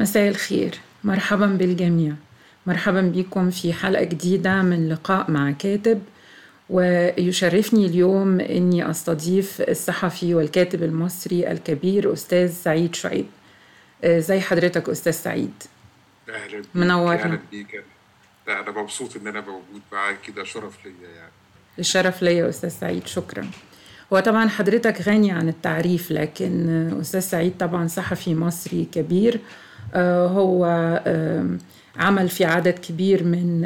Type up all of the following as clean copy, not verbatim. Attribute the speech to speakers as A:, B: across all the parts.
A: مساء الخير، مرحبا بالجميع. مرحبا بكم في حلقة جديدة من لقاء مع كاتب. ويشرفني اليوم أني أستضيف الصحفي والكاتب المصري الكبير أستاذ سعيد شعيب. زي حضرتك أستاذ سعيد؟
B: اهلا بيك
A: منورنا.
B: اهلا بيك. لا انا مبسوط ان انا موجود معاك، كده شرف ليا يعني.
A: الشرف ليا أستاذ سعيد، شكرا. هو طبعا حضرتك غني عن التعريف، لكن أستاذ سعيد طبعا صحفي مصري كبير. هو عمل في عدد كبير من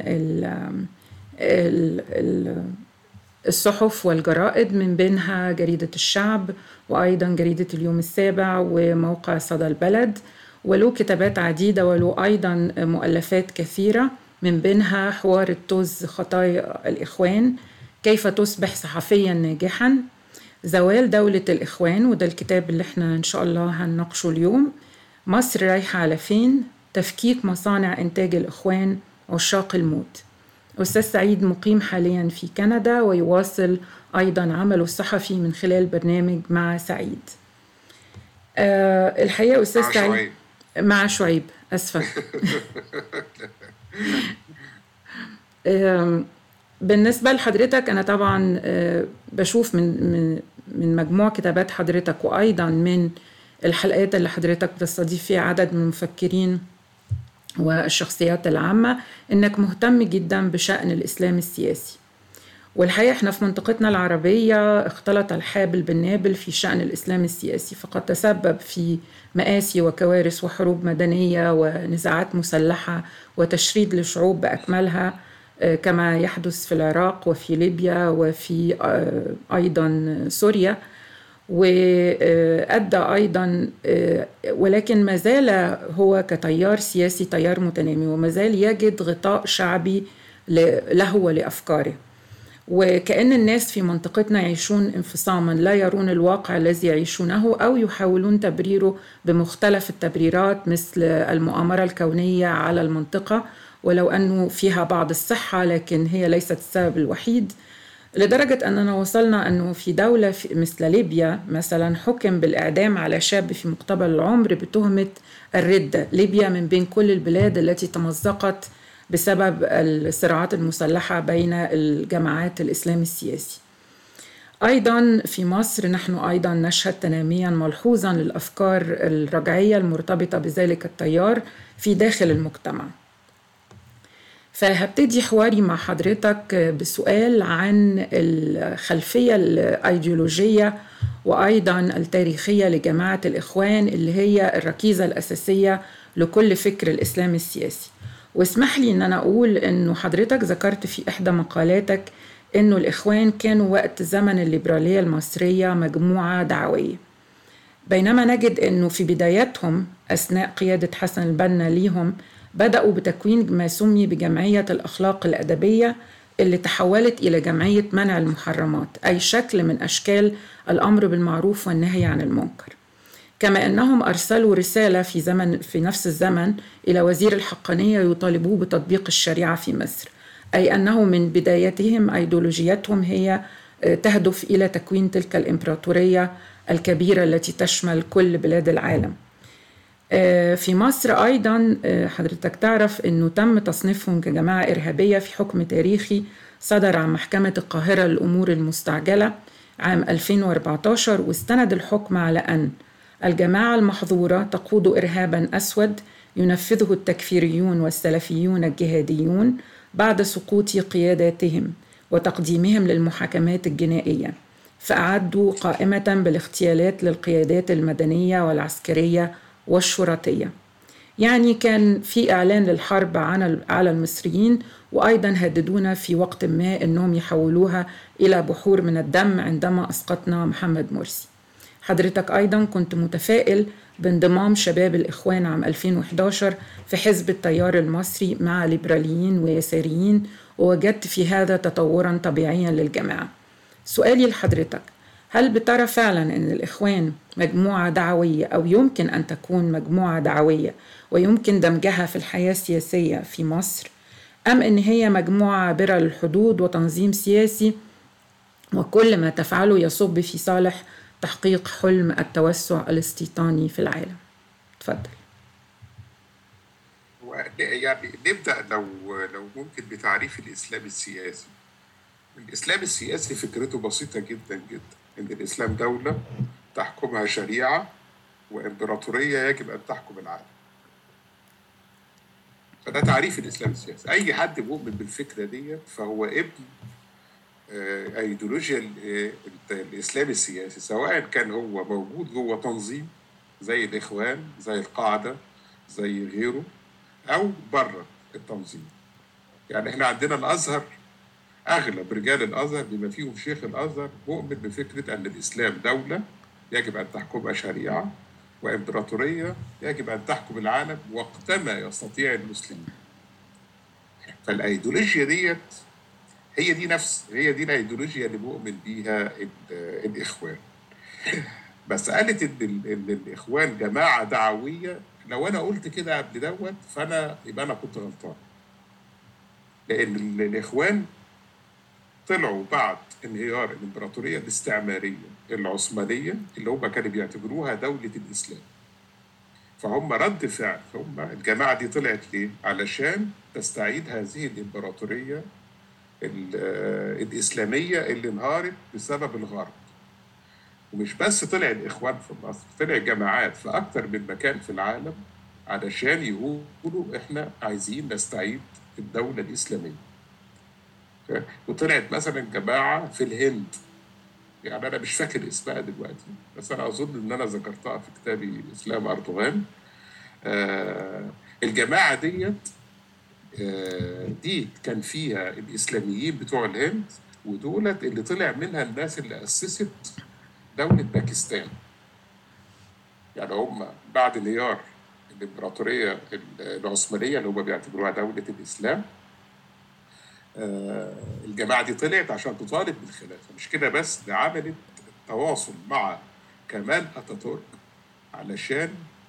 A: ال الصحف والجرائد، من بينها جريدة الشعب، وأيضا جريدة اليوم السابع، وموقع صدى البلد. وله كتابات عديدة، وله أيضا مؤلفات كثيرة، من بينها حوار الطز خطايا الإخوان، كيف تصبح صحفيا ناجحا، زوال دولة الإخوان، وده الكتاب اللي احنا إن شاء الله هنناقشه اليوم، مصر رايحة على فين، تفكيك مصانع إنتاج الإخوان، عشاق الموت. أستاذ سعيد مقيم حاليا في كندا، ويواصل أيضا عمله الصحفي من خلال برنامج مع سعيد. الحقيقة أستاذ
B: مع
A: سعيد
B: شعيب.
A: مع شعيب، أسفة. بالنسبة لحضرتك، أنا طبعا بشوف من مجموع كتابات حضرتك، وأيضا من الحلقات اللي حضرتك بتستضيف فيها عدد من المفكرين والشخصيات العامة، إنك مهتم جدا بشأن الإسلام السياسي. والحقيقة احنا في منطقتنا العربية اختلط الحابل بالنابل في شأن الإسلام السياسي، فقد تسبب في مآسي وكوارث وحروب مدنية ونزاعات مسلحة وتشريد لشعوب بأكملها، كما يحدث في العراق وفي ليبيا وفي أيضا سوريا، وأدى أيضا، ولكن ما زال هو كتيار سياسي تيار متنامي، وما زال يجد غطاء شعبي له ولأفكاره. وكأن الناس في منطقتنا يعيشون انفصاما، لا يرون الواقع الذي يعيشونه، أو يحاولون تبريره بمختلف التبريرات، مثل المؤامرة الكونية على المنطقة، ولو أنه فيها بعض الصحة لكن هي ليست السبب الوحيد. لدرجة أننا وصلنا أنه في دولة مثل ليبيا مثلا حكم بالإعدام على شاب في مقتبل العمر بتهمة الردة. ليبيا من بين كل البلاد التي تمزقت بسبب الصراعات المسلحة بين الجماعات الإسلام السياسي. أيضا في مصر نحن أيضا نشهد تناميا ملحوظا للأفكار الرجعية المرتبطة بذلك التيار في داخل المجتمع. فهبتدي حواري مع حضرتك بسؤال عن الخلفية الأيديولوجية وأيضا التاريخية لجماعة الإخوان، اللي هي الركيزة الأساسية لكل فكر الإسلام السياسي. واسمح لي أن أنا أقول أنه حضرتك ذكرت في إحدى مقالاتك أنه الإخوان كانوا وقت زمن الليبرالية المصرية مجموعة دعوية، بينما نجد أنه في بداياتهم أثناء قيادة حسن البنا ليهم بدأوا بتكوين ما سمي بجمعية الأخلاق الأدبية، اللي تحولت إلى جمعية منع المحرمات، أي شكل من أشكال الأمر بالمعروف والنهي عن المنكر. كما أنهم أرسلوا رسالة في نفس الزمن إلى وزير الحقانية يطالبوه بتطبيق الشريعة في مصر، أي أنه من بدايتهم أيديولوجيتهم هي تهدف إلى تكوين تلك الإمبراطورية الكبيرة التي تشمل كل بلاد العالم. في مصر أيضا حضرتك تعرف أنه تم تصنيفهم كجماعة إرهابية في حكم تاريخي صدر عن محكمة القاهرة للأمور المستعجلة عام 2014، واستند الحكم على أن الجماعة المحظورة تقود إرهابا أسود ينفذه التكفيريون والسلفيون الجهاديون بعد سقوط قياداتهم وتقديمهم للمحاكمات الجنائية، فأعدوا قائمة بالاغتيالات للقيادات المدنية والعسكرية والشرطية. يعني كان في إعلان للحرب على المصريين، وأيضا هددونا في وقت ما أنهم يحولوها إلى بحور من الدم عندما أسقطنا محمد مرسي. حضرتك أيضا كنت متفائل بانضمام شباب الإخوان عام 2011 في حزب التيار المصري مع ليبراليين ويساريين، ووجدت في هذا تطورا طبيعيا للجماعة. سؤالي لحضرتك، هل بترى فعلا أن الإخوان مجموعة دعوية، أو يمكن أن تكون مجموعة دعوية ويمكن دمجها في الحياة السياسية في مصر، أم أن هي مجموعة عابرة للحدود وتنظيم سياسي وكل ما تفعله يصب في صالح تحقيق حلم التوسع الاستيطاني في العالم؟ تفضل.
B: يعني نبدأ لو ممكن بتعريف الإسلام السياسي. الإسلام السياسي فكرته بسيطة جدا جدا، إن الإسلام دولة تحكمها شريعة وإمبراطورية يجب أن تحكم العالم. فده تعريف الإسلام السياسي. أي حد مؤمن بالفكرة دي فهو ابن أيديولوجيا الإسلام السياسي، سواء كان هو موجود جوه تنظيم زي الإخوان، زي القاعدة، زي غيره، أو بره التنظيم. يعني إحنا عندنا الأزهر، أغلب رجال الأزهر بما فيهم شيخ الأزهر مؤمن بفكرة أن الإسلام دولة يجب أن تحكمها شريعة وإمبراطورية يجب أن تحكم العالم وقتما يستطيع المسلمين. فالأيديولوجيا ديت هي دي الأيديولوجيا اللي مؤمن بيها الإخوان. بس قالت إن الإخوان جماعة دعوية. لو أنا قلت كده قبل دوت يبقى أنا كنت غلطان، لأن الإخوان طلعوا بعد انهيار الإمبراطورية الاستعمارية العثمانية اللي هم كانوا بيعتبروها دولة الإسلام. فهم رد فعل، هم الجماعة دي طلعت ليه؟ علشان تستعيد هذه الإمبراطورية الإسلامية اللي انهارت بسبب الغرب. ومش بس طلع الإخوان في مصر، طلع جماعات في أكتر من مكان في العالم علشان يقولوا إحنا عايزين نستعيد الدولة الإسلامية. وطلعت مثلا جماعة في الهند، يعني أنا مش فاكر اسمها دلوقتي، بس أنا أظن إن أنا ذكرتها في كتابي إسلام أردوغان. الجماعة دي كان فيها الإسلاميين بتوع الهند، ودولت اللي طلع منها الناس اللي أسست دولة باكستان. يعني هم بعد انهيار الإمبراطورية العثمانية اللي هم بيعتبروها دولة الإسلام، الجماعة دي طلعت عشان تطالب بالخلافة. مش كده بس، ده عملت تواصل مع كمال أتاتورك علشان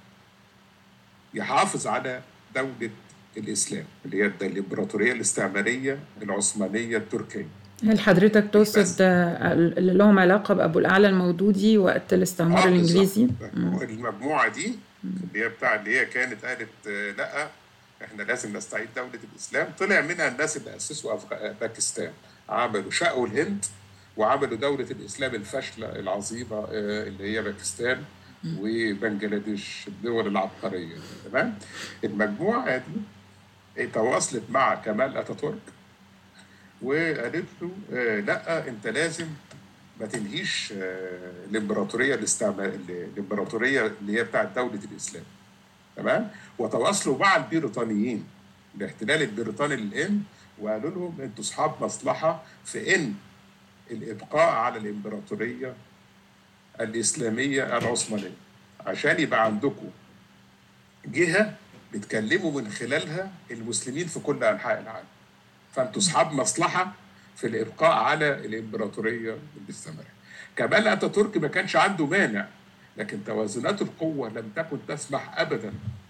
B: يحافظ على دولة الإسلام اللي هي الإمبراطورية الاستعمارية العثمانية التركية.
A: هل حضرتك تقصد اللي لهم علاقة بأبو الأعلى المودودي وقت الاستعمار الإنجليزي؟
B: المجموعة دي اللي هي كانت قالت لا احنا لازم نستعيد دولة الإسلام. طلع منها الناس اللي أسسوا باكستان، عملوا شقوا الهند وعملوا دولة الإسلام الفاشلة العظيمة اللي هي باكستان وبنجلاديش، الدول العبقرية. تمام. المجموعة دي تواصلت مع كمال أتاتورك وقالت له لا انت لازم ما تنهيش الامبراطوريه اللي هي بتاعت دوله الاسلام. تمام. وتواصلوا مع البريطانيين، الاحتلال البريطاني للهند، وقالوا لهم انتوا اصحاب مصلحه في ان الابقاء على الامبراطوريه الاسلاميه العثمانيه، عشان يبقى عندكم جهه بتكلموا من خلالها المسلمين في كل انحاء العالم. فانتوا اصحاب مصلحه في الابقاء على الامبراطوريه الاسلاميه. كمال اتاتورك ما كانش عنده مانع، لكن توازنات القوه لم تكن تسمح ابدا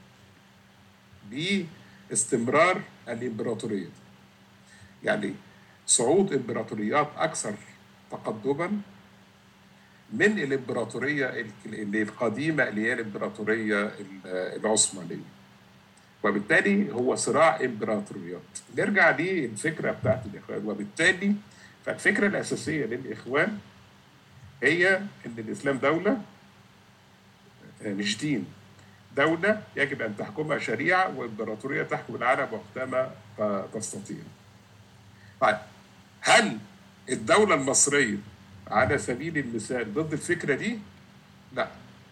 B: باستمرار الامبراطوريه. يعني صعود امبراطوريات اكثر تقدما من الامبراطوريه اللي القديمه اللي هي الامبراطوريه العثمانيه. وبالتالي هو صراع امبراطوريات. نرجع للفكره بتاعت الاخوان. وبالتالي فالفكره الاساسيه للاخوان هي ان الاسلام دوله مش دين، دوله يجب ان تحكمها شريعه وامبراطوريه تحكم العالم وقتما تستطيع. طيب هل الدوله المصريه على سبيل المثال ضد الفكره دي؟ لا.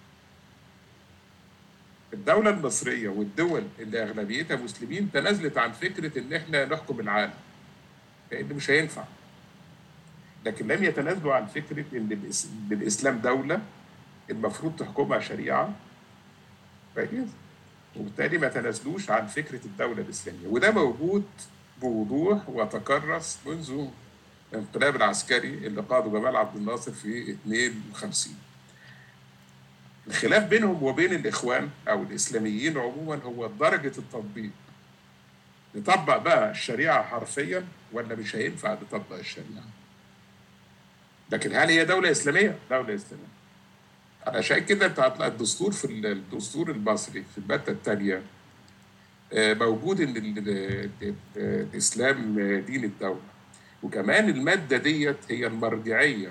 B: الدولة المصرية والدول اللي أغلبيتها مسلمين تنازلت عن فكرة إن إحنا نحكم العالم، لأن مش هينفع. لكن لم يتنازلوا عن فكرة إن الإسلام دولة المفروض تحكمها شريعة، كويس؟ وبالتالي ما تنازلوش عن فكرة الدولة الإسلامية. وده موجود بوضوح وتكرس منذ الانقلاب العسكري اللي قاده جمال عبد الناصر في 52. الخلاف بينهم وبين الإخوان أو الإسلاميين عموما هو درجة التطبيق. نطبق بقى الشريعة حرفيا ولا مش هينفع نطبق الشريعة؟ لكن هل هي دولة إسلامية؟ دولة إسلامية. علشان كده أنت هتلاقي الدستور في الدستور المصري في المادة الثانية موجود ان الاسلام دين الدوله. وكمان الماده ديت هي المرجعيه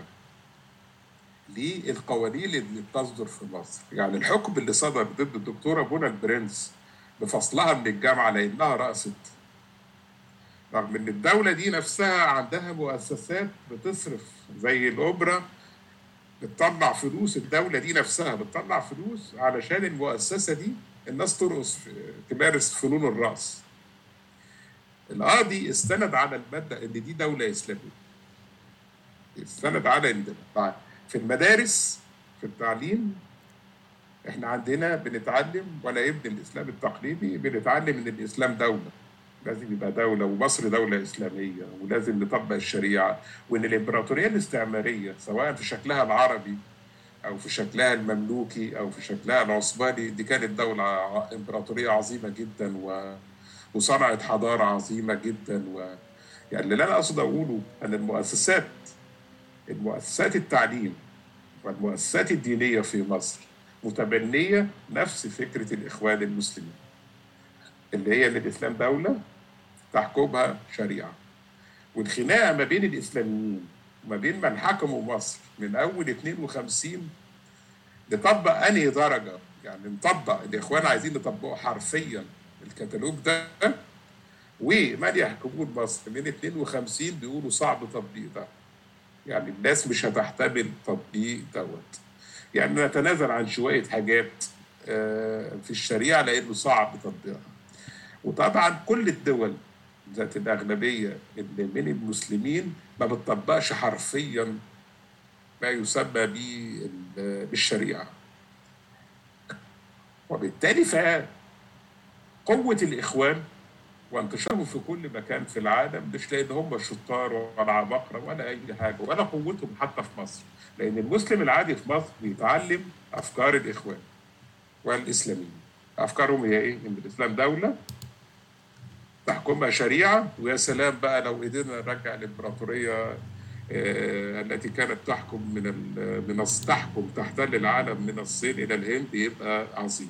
B: للقوانين اللي بتصدر في مصر. يعني الحكم اللي صدر ضد الدكتوره منى البرنس بفصلها من الجامعه لانها رأست، رغم ان الدوله دي نفسها عندها مؤسسات بتصرف زي الاوبرا، بتطلع فلوس، الدوله دي نفسها بتطلع فلوس علشان المؤسسه دي الناس ترقص، تمارس فنون الرقص. القاضي استند على الماده ان دي دوله اسلاميه، استند على ان في المدارس في التعليم احنا عندنا بنتعلم ولا ابن الاسلام التقليدي، بنتعلم ان الاسلام دوله، لازم يبقى دوله، ومصر دوله اسلاميه، ولازم نطبق الشريعه، وان الامبراطوريه الاستعماريه سواء في شكلها العربي او في شكلها المملوكي او في شكلها العثماني دي كانت دوله امبراطوريه عظيمه جدا وصنعت حضاره عظيمه جدا. يعني اللي انا اقصد اقوله ان المؤسسات التعليم والمؤسسات الدينيه في مصر متبنيه نفس فكره الاخوان المسلمين، اللي هي ان الاسلام دوله تحكمها شريعه. والخناقه ما بين الاسلاميين وما بين من حكموا مصر من اول 52 نطبق انهي درجه، يعني نطبق الاخوان عايزين نطبقه حرفيا الكتالوج ده، ومن يحكمون مصر من 52 بيقولوا صعب تطبيق ده، يعني الناس مش هتحتمل تطبيق دوت. يعني نتنازل عن شويه حاجات في الشريعه لانه صعب تطبيقها. وطبعا كل الدول ذات الاغلبيه اللي من المسلمين ما بتطبقش حرفيا ما يسمى بالشريعه. وبالتالي فقوه الاخوان وانتشارهم في كل مكان في العالم مش لان هم شطار ولا عباقره ولا اي حاجه، ولا قوتهم حتى في مصر، لان المسلم العادي في مصر بيتعلم افكار الاخوان والاسلاميين. افكارهم هي ايه؟ ان الاسلام دوله تحكمها شريعه، ويا سلام بقى لو قدرنا نرجع الامبراطوريه التي كانت تحكم تحكم تحتل العالم من الصين الى الهند يبقى عظيم.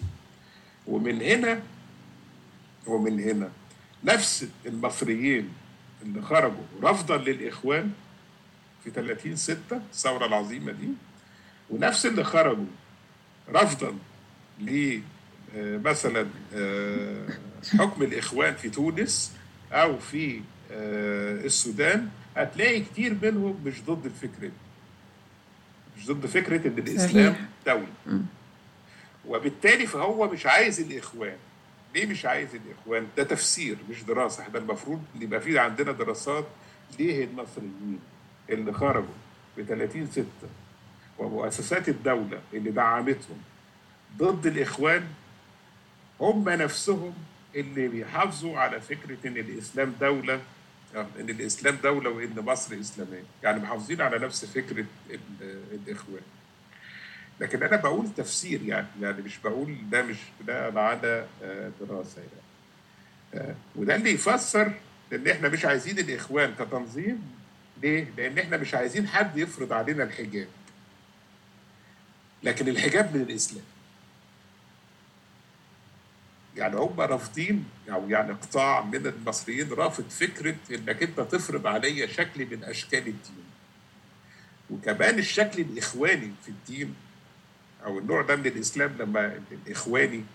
B: ومن هنا نفس المصريين اللي خرجوا رفضا للاخوان في 30/6 الثوره العظيمه دي، ونفس اللي خرجوا رفضا ل مثلا حكم الاخوان في تونس او في السودان، هتلاقي كتير منهم مش ضد الفكره دي، مش ضد فكره ان الاسلام دوله. وبالتالي فهو مش عايز الاخوان. ليه مش عايز الاخوان؟ ده تفسير مش دراسه. احنا المفروض يبقى في عندنا دراسات ليه المصريين اللي خرجوا ب 30/6 ومؤسسات الدوله اللي دعمتهم ضد الاخوان هم نفسهم اللي بيحافظوا على فكره ان الاسلام دوله، ان الاسلام دوله وان مصر اسلاميه، يعني محافظين على نفس فكره الاخوان. لكن انا بقول تفسير، يعني مش بقول ده مش بناء على دراسه يعني. وده اللي يفسر ان احنا مش عايزين الاخوان كتنظيم. ليه؟ لان احنا مش عايزين حد يفرض علينا الحجاب، لكن الحجاب من الاسلام. يعني هم رافضين، او يعني قطاع من المصريين رافض فكره انك انت تفرض عليا شكل من اشكال الدين. وكمان الشكل الاخواني في الدين او النوع ده من الاسلام لما الاخواني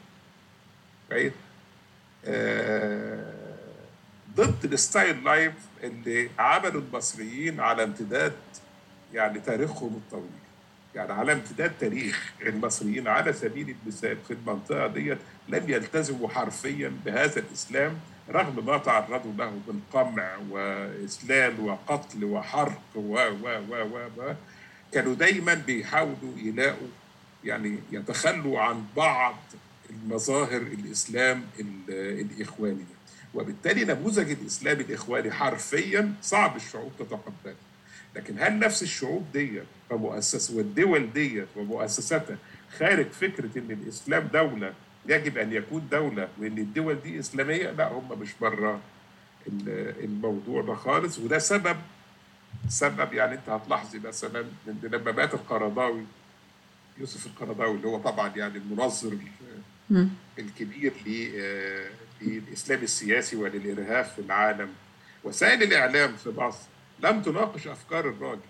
B: ضد الستايل لايف اللي عملوا المصريين على امتداد يعني تاريخهم الطويل. يعني على امتداد تاريخ المصريين على سبيل المثال في المنطقه ديت لم يلتزموا حرفيا بهذا الاسلام، رغم ما تعرضوا له من قمع واسلال وقتل وحرق و كانوا دايما بيحاولوا يلاقوا يعني يتخلوا عن بعض المظاهر الاسلام الاخواني. وبالتالي نموذج الاسلام الاخواني حرفيا صعب الشعوب تتقبله. لكن هل نفس الشعوب ديت ومؤسسة والدول ديت ومؤسساتها خارج فكره ان الاسلام دوله يجب ان يكون دوله وان الدول دي اسلاميه؟ لا، هم مش بره الموضوع ده خالص. وده سبب يعني انت هتلاحظي مثلا ان لما مات القرضاوي، يوسف القرضاوي اللي هو طبعا يعني المنظر الكبير للاسلام للإسلام السياسي وللإرهاب في العالم، وسائل الإعلام في مصر لم تناقش أفكار الراجل.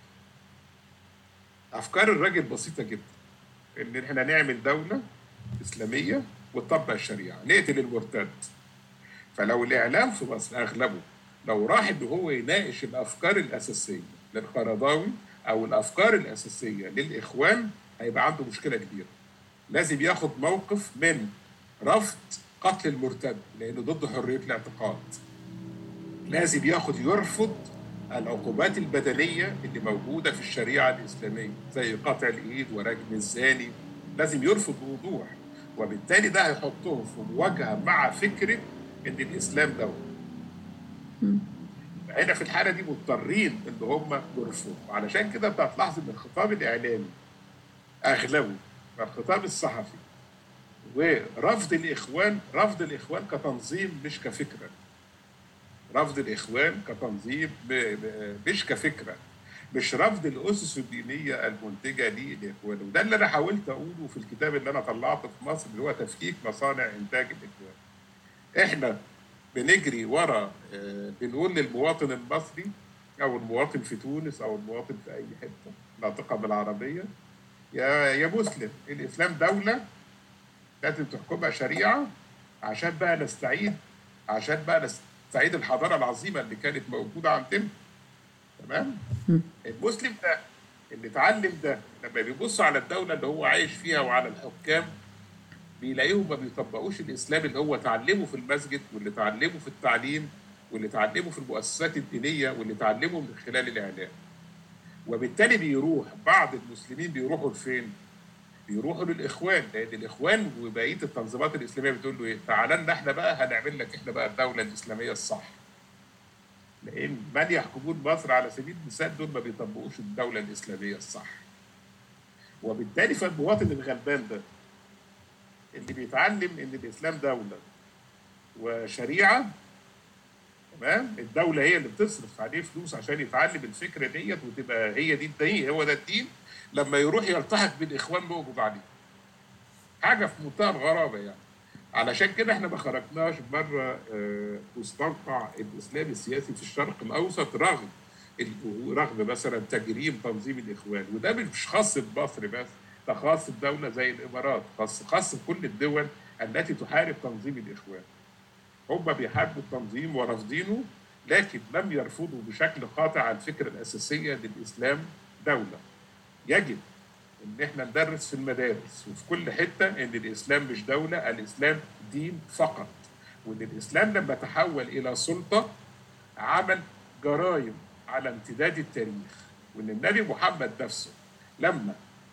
B: أفكار الراجل بسيطة جدا، إن إحنا نعمل دولة إسلامية وتطبق الشريعة، نقتل المرتد. فلو الإعلام في مصر أغلبه لو راح إن هو يناقش الأفكار الأساسية للقرضاوي أو الأفكار الأساسية للإخوان، هيبقى عنده مشكلة كبيرة. لازم ياخد موقف من رفض قتل المرتد لأنه ضد حرية الاعتقاد. لازم يرفض العقوبات البدنية اللي موجودة في الشريعة الإسلامية زي قطع الإيد ورجم الزاني، لازم يرفض بوضوح. وبالتالي ده هيحطهم في مواجهة مع فكرة إن الإسلام دولة. هنا في الحالة دي مضطرين إن هم يرفضوا. علشان كده بتلاحظ إن الخطاب الإعلامي أغلبه والخطاب الصحفي ورفض الإخوان، رفض الإخوان كتنظيم مش كفكرة. رفض الإخوان كتنظيم مش كفكرة، مش رفض الأسس الدينية المنتجة للإخوان. وده اللي أنا حاولت أقوله في الكتاب اللي أنا طلعته في مصر، اللي هو تفكيك مصانع إنتاج الإخوان. إحنا بنجري ورا، بنقول للمواطن المصري أو المواطن في تونس أو المواطن في أي حتة ناطقة بالعربية، يا مسلم، الإسلام دولة لازم تحكمها شريعة عشان بقى نستعيد الحضارة العظيمة اللي كانت موجودة عندنا. تمام؟ المسلم ده اللي اتعلم ده لما بيبص على الدولة اللي هو عايش فيها وعلى الحكام، بيلاقيهم ما بيطبقوش الإسلام اللي هو تعلمه في المسجد، واللي تعلمه في التعليم، واللي تعلمه في المؤسسات الدينية، واللي تعلمه من خلال الإعلام. وبالتالي بيروح بعض المسلمين بيروحوا لفين؟ بيروحوا للإخوان، لأن الإخوان وبقية التنظيمات الإسلامية بتقول له إيه؟ تعالى لنا إحنا بقى هنعمل لك إحنا بقى الدولة الإسلامية الصح. لأن من يحكمون مصر على سبيل المثال دول ما بيطبقوش الدولة الإسلامية الصح. وبالتالي فالمواطن الغلبان ده اللي بيتعلم إن الإسلام دولة وشريعة، تمام؟ الدولة هي اللي بتصرف عليه فلوس عشان يتعلم الفكرة ديت وتبقى هي دي الدين، هو ده الدين. لما يروح يلتحق بالإخوان بيقبض عليه. حاجة في منتهى الغرابة يعني. علشان كده احنا ما خرجناش بره مستنقع الإسلام السياسي في الشرق الأوسط، رغم مثلا تجريم تنظيم الإخوان. وده مش خاص بمصر بس، ده خاص بدولة زي الإمارات، خاص بكل الدول التي تحارب تنظيم الإخوان. هم بيحاربوا التنظيم ورافضينه، لكن لم يرفضوا بشكل قاطع الفكرة الأساسية للإسلام دولة. يجب إن إحنا ندرس في المدارس وفي كل حتة إن الإسلام مش دولة، الإسلام دين فقط. وإن الإسلام لما تحول إلى سلطة عمل جرائم على امتداد التاريخ. وإن النبي محمد نفسه لما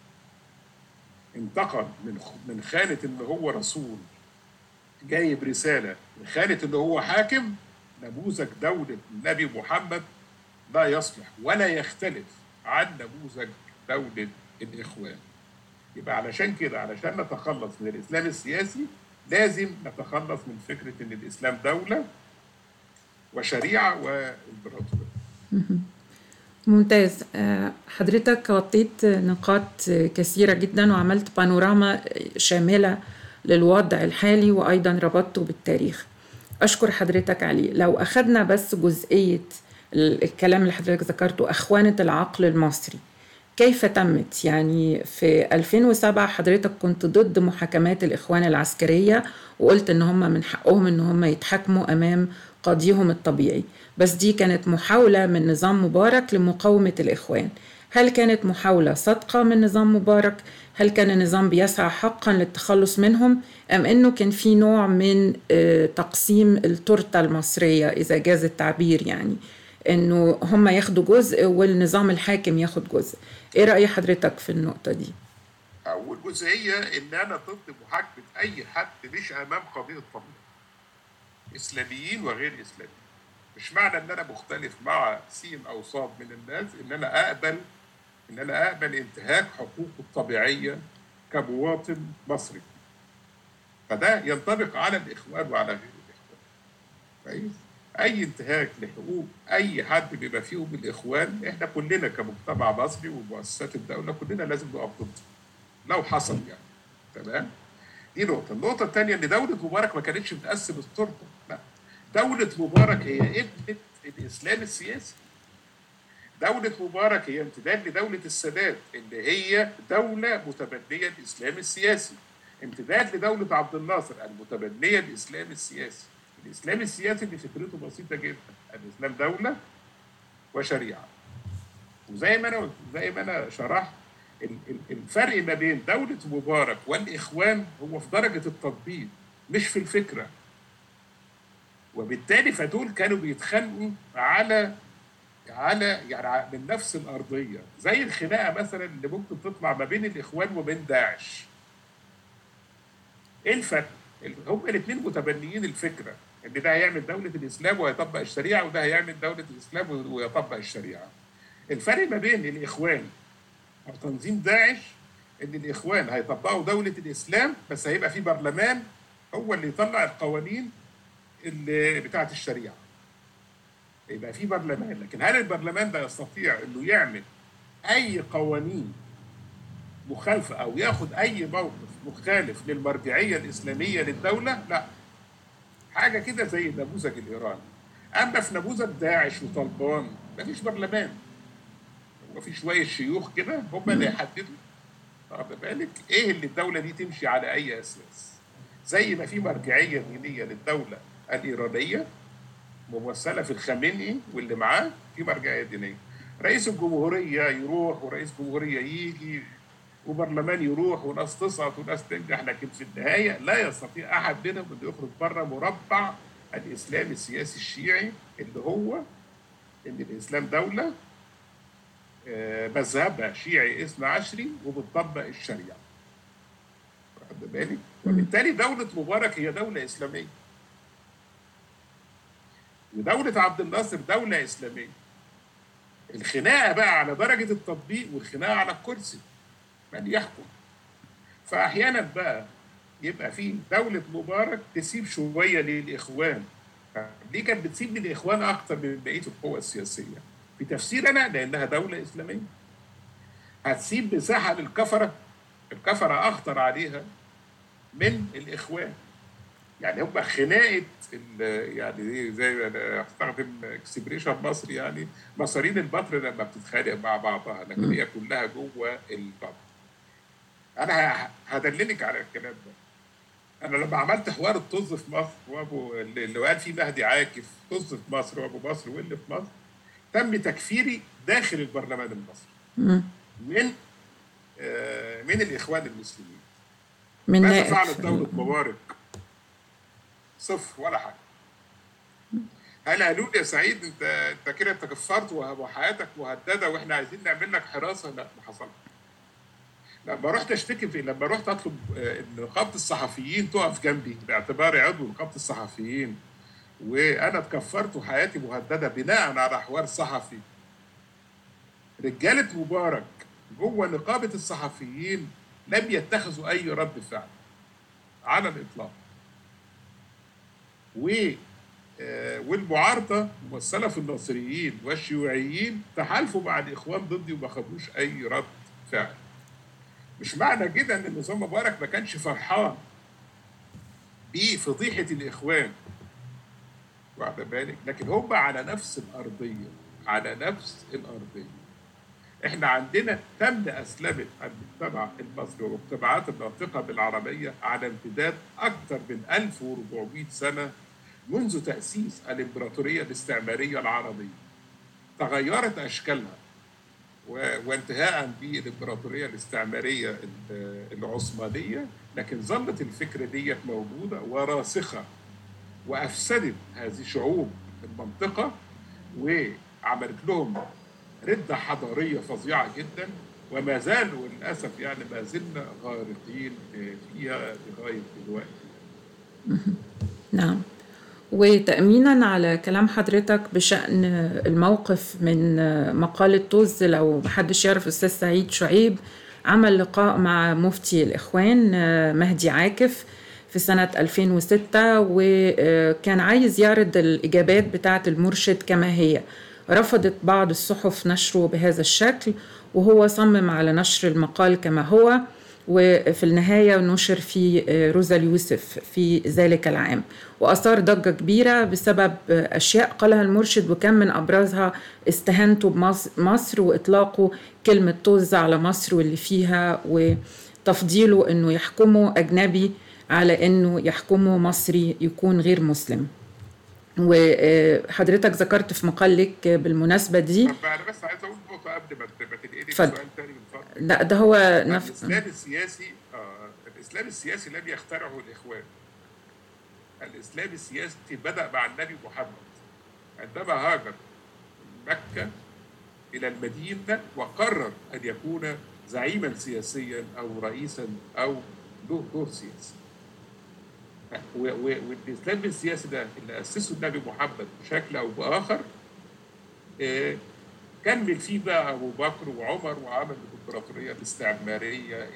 B: انتقل من خانة إن هو رسول جايب رسالة لخانة إن هو حاكم، نموذج دولة النبي محمد لا يصلح ولا يختلف عن نموذج دولة الإخوان. يبقى علشان كده، علشان نتخلص من الإسلام السياسي، لازم نتخلص من فكرة إن الإسلام دولة وشريعة وإمبراطورية.
A: ممتاز. حضرتك غطيت نقاط كثيرة جدا وعملت بانوراما شاملة للوضع الحالي وأيضا ربطته بالتاريخ. أشكر حضرتك عليه. لو أخذنا بس جزئية الكلام اللي حضرتك ذكرته، أخوانة العقل المصري، كيف تمت؟ يعني في 2007 حضرتك كنت ضد محاكمات الإخوان العسكرية وقلت إن هم من حقهم إن هم يتحاكموا أمام قاضيهم الطبيعي، بس دي كانت محاولة من نظام مبارك لمقاومة الإخوان. هل كانت محاولة صادقة من نظام مبارك؟ هل كان النظام بيسعى حقا للتخلص منهم؟ أم أنه كان في نوع من تقسيم التورتة المصرية إذا جاز التعبير، يعني أنه هم ياخدوا جزء والنظام الحاكم ياخد جزء؟ إيه رأي حضرتك في النقطة دي؟
B: أول جزئية إن أنا ضد محاكمة أي حد مش أمام قضية طبيعية، إسلاميين وغير إسلاميين. مش معنى إن أنا مختلف مع سين أو صاد من الناس إن أنا أقبل انتهاك حقوقه الطبيعية كمواطن مصري. فده ينطبق على الإخوان وعلى غير الإخوان. كويس؟ أي انتهاك لحقوق أي حد بما فيهم الإخوان، إحنا كلنا كمجتمع مصري ومؤسسات الدولة كلنا لازم نقف ضده لو حصل يعني. تمام؟ دي نقطة. النقطة الثانية إن دولة مبارك ما كانتش بتقسم التورتة، لا، دولة مبارك هي ابنة الإسلام السياسي. دولة مبارك هي امتداد لدولة السادات اللي هي دولة متبنية الإسلام السياسي، امتداد لدولة عبد الناصر المتبنية الإسلام السياسي. الإسلام السياسي اللي فكرته بسيطة جدا، الإسلام دولة وشريعة. وزي ما أنا شرحت، الفرق ما بين دولة مبارك والإخوان هو في درجة التطبيق مش في الفكرة. وبالتالي فدول كانوا بيتخانقوا على يعني من نفس الأرضية، زي الخناقة مثلا اللي ممكن تطلع ما بين الإخوان وبين داعش. إيه الفرق؟ هم الاثنين متبنيين الفكرة إن ده هيعمل دولة الإسلام ويطبق الشريعة، وده هيعمل دولة الإسلام ويطبق الشريعة. الفرق ما بين الإخوان أو تنظيم داعش إن الإخوان هيطبقوا دولة الإسلام، بس هيبقى في برلمان هو اللي يطلع القوانين اللي بتاعت الشريعة. يبقى في برلمان، لكن هل البرلمان ده يستطيع إنه يعمل أي قوانين مخالفة أو ياخد أي موقف مخالف للمرجعية الإسلامية للدولة؟ لا. حاجة كده زي النموذج الإيراني. أما في نموذج داعش وطالبان مفيش برلمان، وفي شوية شيوخ كده هم اللي يحددوا واخد بالك إيه اللي الدولة دي تمشي على أي أساس. زي ما في مرجعية دينية للدولة الإيرانية ممثلة في الخامنئي واللي معاه، في مرجعية دينية. رئيس الجمهورية يروح ورئيس الجمهورية يجي وبرلمان يروح وناس تسقط وناس تنجح، لكن في النهاية لا يستطيع أحد منهم أن يخرج بره مربع الإسلام السياسي الشيعي اللي هو إن الإسلام دولة مذهبها شيعي اثنا عشري وبتطبق الشريعة. واخد بالك؟ وبالتالي دولة مبارك هي دولة إسلامية، ودولة عبد الناصر دولة إسلامية. الخناقة بقى على درجة التطبيق والخناقة على الكرسي من يحكم. فأحيانا بقى يبقى في دولة مبارك تسيب شوية للإخوان. ليه كانت بتسيب للإخوان أكتر من بقية القوى السياسية؟ في تفسيرنا لأنها دولة إسلامية. هتسيب مساحة للكفرة، الكفرة أخطر عليها من الإخوان. يعني هم خناقة يعني زي ما أنا أستخدم اكسبريشن مصري، يعني مصارين البطر لما بتتخانق مع بعضها، لكن هي كلها جوه البطر. أنا هدللك على الكلام ده. أنا لما عملت حوار الطز في مصر وأبو اللي قال فيه مهدي عاكف طز في مصر وأبو مصر واللي في مصر، تم تكفيري داخل البرلمان المصري من الإخوان المسلمين. ماذا فعلت دولة مبارك؟ صفر ولا حاجة. هل قالوا لي يا سعيد انت كده كفرت وحياتك مهدده واحنا عايزين نعمل لك حراسه؟ لا، ما حصلش. لما رحت اشتكي لما رحت اطلب ان نقابه الصحفيين تقف جنبي باعتباري عضو نقابه الصحفيين، وانا اتكفرت وحياتي مهدده بناء على حوار صحفي، رجاله مبارك جوه نقابه الصحفيين لم يتخذوا اي رد فعل على الاطلاق. والمعارضه ممثله في الناصريين والشيوعيين تحالفوا مع الاخوان ضدي وما خدوش اي رد فعل. مش معنى كده ان النظام مبارك ما كانش فرحان بفضيحه الاخوان، واخد بالك، لكن هم على نفس الارضيه، على نفس الارضيه. احنا عندنا تم اسلمه المجتمع المصري ومجتمعات المنطقه بالعربيه على امتداد اكثر من 1400 سنه منذ تأسيس الإمبراطورية الاستعمارية العربية. تغيرت أشكالها وانتهاء بالإمبراطورية الاستعمارية العثمانية، لكن ظلت الفكرة دي موجودة وراسخة، وأفسدت هذه شعوب المنطقة وعملت لهم ردة حضارية فظيعة جدا، وما زالوا للأسف يعني ما زلنا غارقين فيها لغاية دلوقتي.
A: نعم. وتأمينا على كلام حضرتك بشأن الموقف من مقالة طز، لو محدش يعرف أستاذ سعيد شعيب عمل لقاء مع مفتي الإخوان مهدي عاكف في سنة 2006، وكان عايز يعرض الإجابات بتاعة المرشد كما هي. رفضت بعض الصحف نشره بهذا الشكل، وهو صمم على نشر المقال كما هو، وفي النهاية نشر في روزا اليوسف في ذلك العام، وأثار ضجة كبيرة بسبب أشياء قالها المرشد، وكان من أبرزها استهانته بمصر وإطلاقه كلمة طز على مصر واللي فيها، وتفضيله أنه يحكمه أجنبي على أنه يحكمه مصري يكون غير مسلم. وحضرتك ذكرت في مقالك بالمناسبة دي.
B: طب انا بس عايز اقول نقطه قبل ما تنقلي سؤال تاني من فضلك.
A: لا ده هو
B: الاسلام السياسي لم يخترعه الاخوان. الاسلام السياسي بدا مع النبي محمد عندما هاجر من مكه الى المدينه وقرر ان يكون زعيما سياسيا او رئيسا او له دور سياسي. والاسلام السياسي ده اللي اسسه النبي محمد بشكل او باخر كمل فيه بقى ابو بكر وعمر وعمل الامبراطوريه الاستعماريه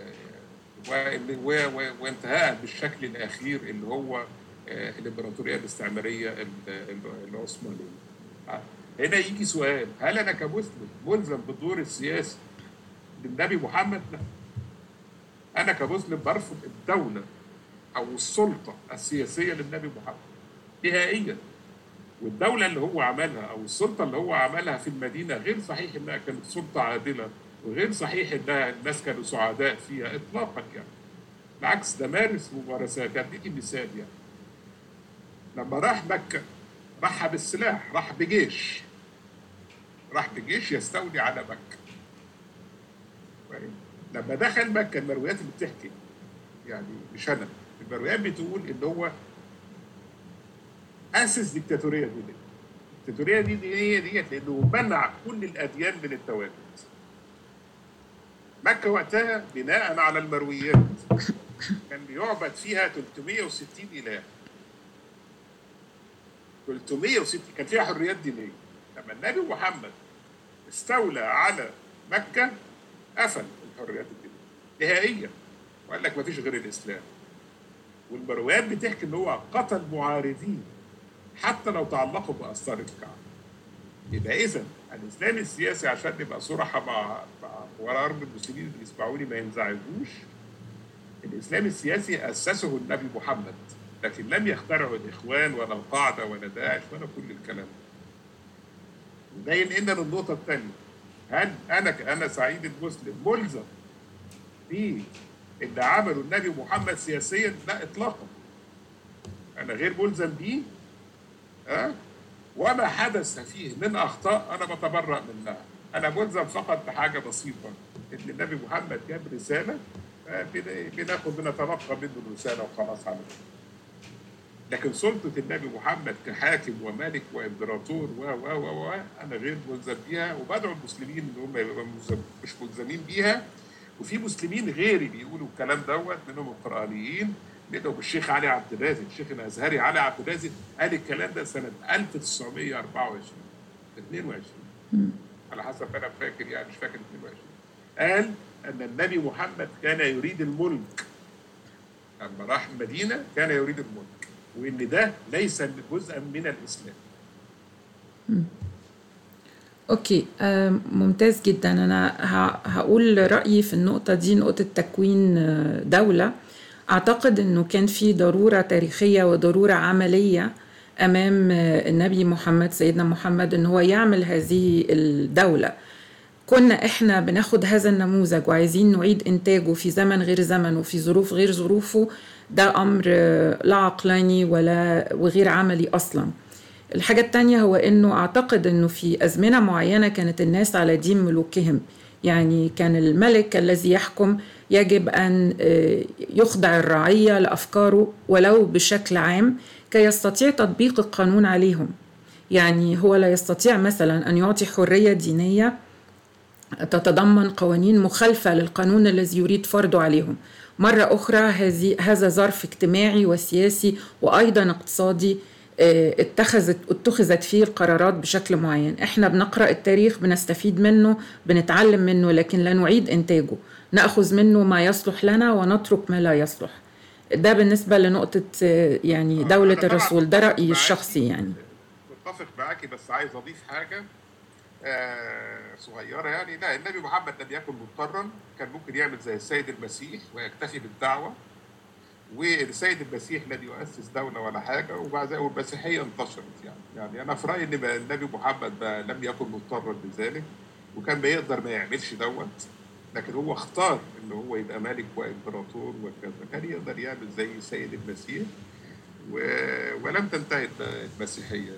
B: وانتهاء بالشكل الاخير اللي هو الامبراطوريه الاستعماريه العثمانيه. هنا يجي سؤال، هل انا كمسلم ملزم بالدور السياسي للنبي محمد؟ لا. انا كمسلم برفض الدوله او السلطه السياسيه للنبي محمد نهائيا. والدوله اللي هو عملها او السلطه اللي هو عملها في المدينه غير صحيح انها كانت سلطه عادله، وغير صحيح انها الناس كانوا سعداء فيها اطلاقا يعني. بالعكس ده مارس ممارسات. هديكي مثال يعني. لما راح مكه راح بالسلاح، راح بجيش يستولي على مكه. لما دخل مكه المرويات اللي بتحكي يعني مش انا، المرويات بتقول ان هو اسس ديكتاتوريه دينيه. الديكتاتوريه دينيه ديت لانه منع كل الاديان من التواجد. مكه وقتها بناء على المرويات كان بيعبد فيها 360 اله. 360 كان فيها حريات دينيه. لما النبي محمد استولى على مكه قفل الحريات الدينيه نهائيا وقال لك ما فيش غير الاسلام. والمرويات بتحكي ان هو قتل معارضين حتى لو تعلقوا باثار الكعبه. يبقى اذا الاسلام السياسي، عشان نبقى صراحه مع ورغم المسلمين اللي بيسمعوني ما ينزعجوش، الاسلام السياسي اسسه النبي محمد، لكن لم يخترعه الاخوان ولا القاعده ولا داعش ولا كل الكلام ده. وده ينقلنا للنقطه الثانيه، هل انا سعيد المسلم ملزم بيه اللي عمله النبي محمد سياسيا؟ لا اطلاقا. انا غير ملزم بيه. وما حدث فيه من اخطاء انا بتبرأ منها. انا ملزم فقط بحاجه بسيطه، ان النبي محمد جاب رساله بنتلقى منه الرساله وخلاص على كده. لكن سلطه النبي محمد كحاكم وملك وامبراطور انا غير ملزم بيها، وبدعو المسلمين ان هم يبقوا مش ملزمين بيها. وفي مسلمين غيري بيقولوا الكلام دوت، منهم القرآنيين، منهم الشيخ علي عبد الرازق، الشيخ الازهري علي عبد الرازق قال الكلام ده سنه 1922 على حسب انا فاكر يعني، مش فاكر 22. قال ان النبي محمد كان يريد الملك. لما راح المدينه كان يريد الملك، وان ده ليس جزءا من الاسلام.
A: اوكي ممتاز جدا. انا هقول رأيي في النقطة دي، نقطة تكوين دولة. اعتقد انه كان في ضرورة تاريخية وضرورة عملية امام النبي محمد سيدنا محمد ان هو يعمل هذه الدولة. كنا احنا بناخد هذا النموذج وعايزين نعيد انتاجه في زمن غير زمنه وفي ظروف غير ظروفه. ده امر لا عقلاني وغير عملي اصلا. الحاجة التانية هو انه اعتقد انه في ازمنة معينة كانت الناس على دين ملوكهم. يعني كان الملك الذي يحكم يجب ان يخضع الرعية لافكاره ولو بشكل عام كي يستطيع تطبيق القانون عليهم. يعني هو لا يستطيع مثلا ان يعطي حرية دينية تتضمن قوانين مخالفة للقانون الذي يريد فرضه عليهم. مرة أخرى هذا ظرف اجتماعي وسياسي وأيضا اقتصادي اتخذت فيه القرارات بشكل معين. احنا بنقرأ التاريخ، بنستفيد منه، بنتعلم منه، لكن لا نعيد انتاجه. نأخذ منه ما يصلح لنا ونترك ما لا يصلح. ده بالنسبة لنقطة يعني دولة الرسول. ده رأيي الشخصي يعني.
B: متفق معاكي، بس عايز أضيف حاجة. صغيرة يعني. لا، النبي محمد لم يكن مضطرا، كان ممكن يعمل زي السيد المسيح ويكتفي بالدعوة. والسيد المسيح لن يؤسس دولة ولا حاجة، وبعد ذلك المسيحية انتشرت يعني أنا في رأيي إن النبي محمد لم يكن مضطرا لذلك، وكان بيقدر ما يعملش دوت، لكن هو اختار إن هو يبقى ملك وإمبراطور وكذا. كان يقدر يعمل زي السيد المسيح ولم تنتهي المسيحية.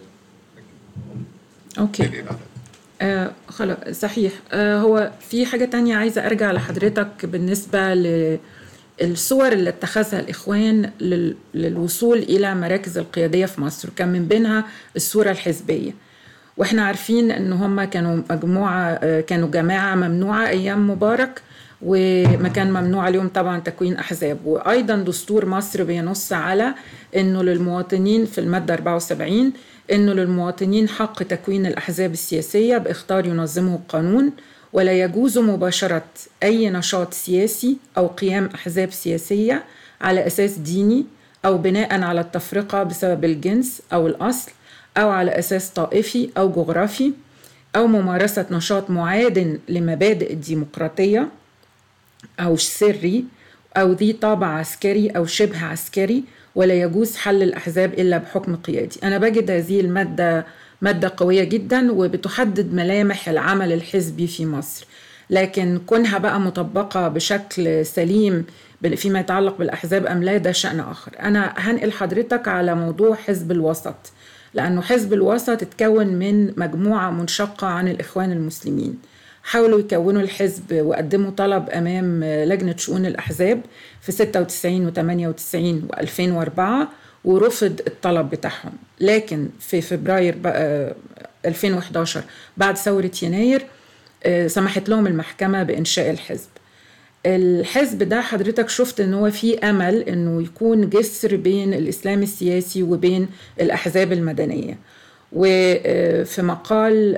A: اوكي. خلاص صحيح. هو في حاجة تانية عايزة أرجع لحضرتك بالنسبة للصور اللي اتخذها الإخوان للوصول إلى مراكز القيادية في مصر، كان من بينها الصورة الحزبية. وإحنا عارفين إن هم كانوا كانوا جماعة ممنوعة أيام مبارك، وما كان ممنوع اليوم طبعا تكوين أحزاب. وأيضا دستور مصر بينص على إنه للمواطنين في المادة 74 إنه للمواطنين حق تكوين الأحزاب السياسية باختيار ينظمه القانون، ولا يجوز مباشرة أي نشاط سياسي أو قيام أحزاب سياسية على أساس ديني أو بناء على التفرقة بسبب الجنس أو الأصل أو على أساس طائفي أو جغرافي أو ممارسة نشاط معاد لمبادئ الديمقراطية أو سري أو ذي طابع عسكري أو شبه عسكري، ولا يجوز حل الأحزاب إلا بحكم قيادي. أنا بجد هذه المادة مادة قوية جدا وبتحدد ملامح العمل الحزبي في مصر، لكن كونها بقى مطبقة بشكل سليم فيما يتعلق بالأحزاب أم لا ده شأن آخر. أنا هنقل حضرتك على موضوع حزب الوسط، لأنه حزب الوسط اتكون من مجموعة منشقة عن الإخوان المسلمين. حاولوا يكونوا الحزب وقدموا طلب أمام لجنة شؤون الأحزاب في 96 و98 و2004 ورفض الطلب بتاعهم. لكن في فبراير 2011 بعد ثورة يناير سمحت لهم المحكمة بإنشاء الحزب ده حضرتك شفت ان هو في امل انه يكون جسر بين الاسلام السياسي وبين الاحزاب المدنيه. وفي مقال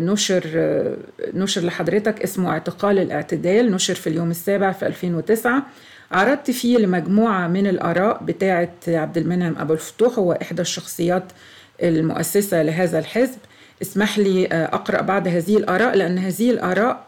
A: نشر لحضرتك اسمه اعتقال الاعتدال، نشر في اليوم السابع في 2009، عرضت فيه لمجموعة من الآراء بتاعة عبد المنعم أبو الفتوح، هو إحدى الشخصيات المؤسسة لهذا الحزب. اسمح لي أقرأ بعض هذه الآراء، لأن هذه الآراء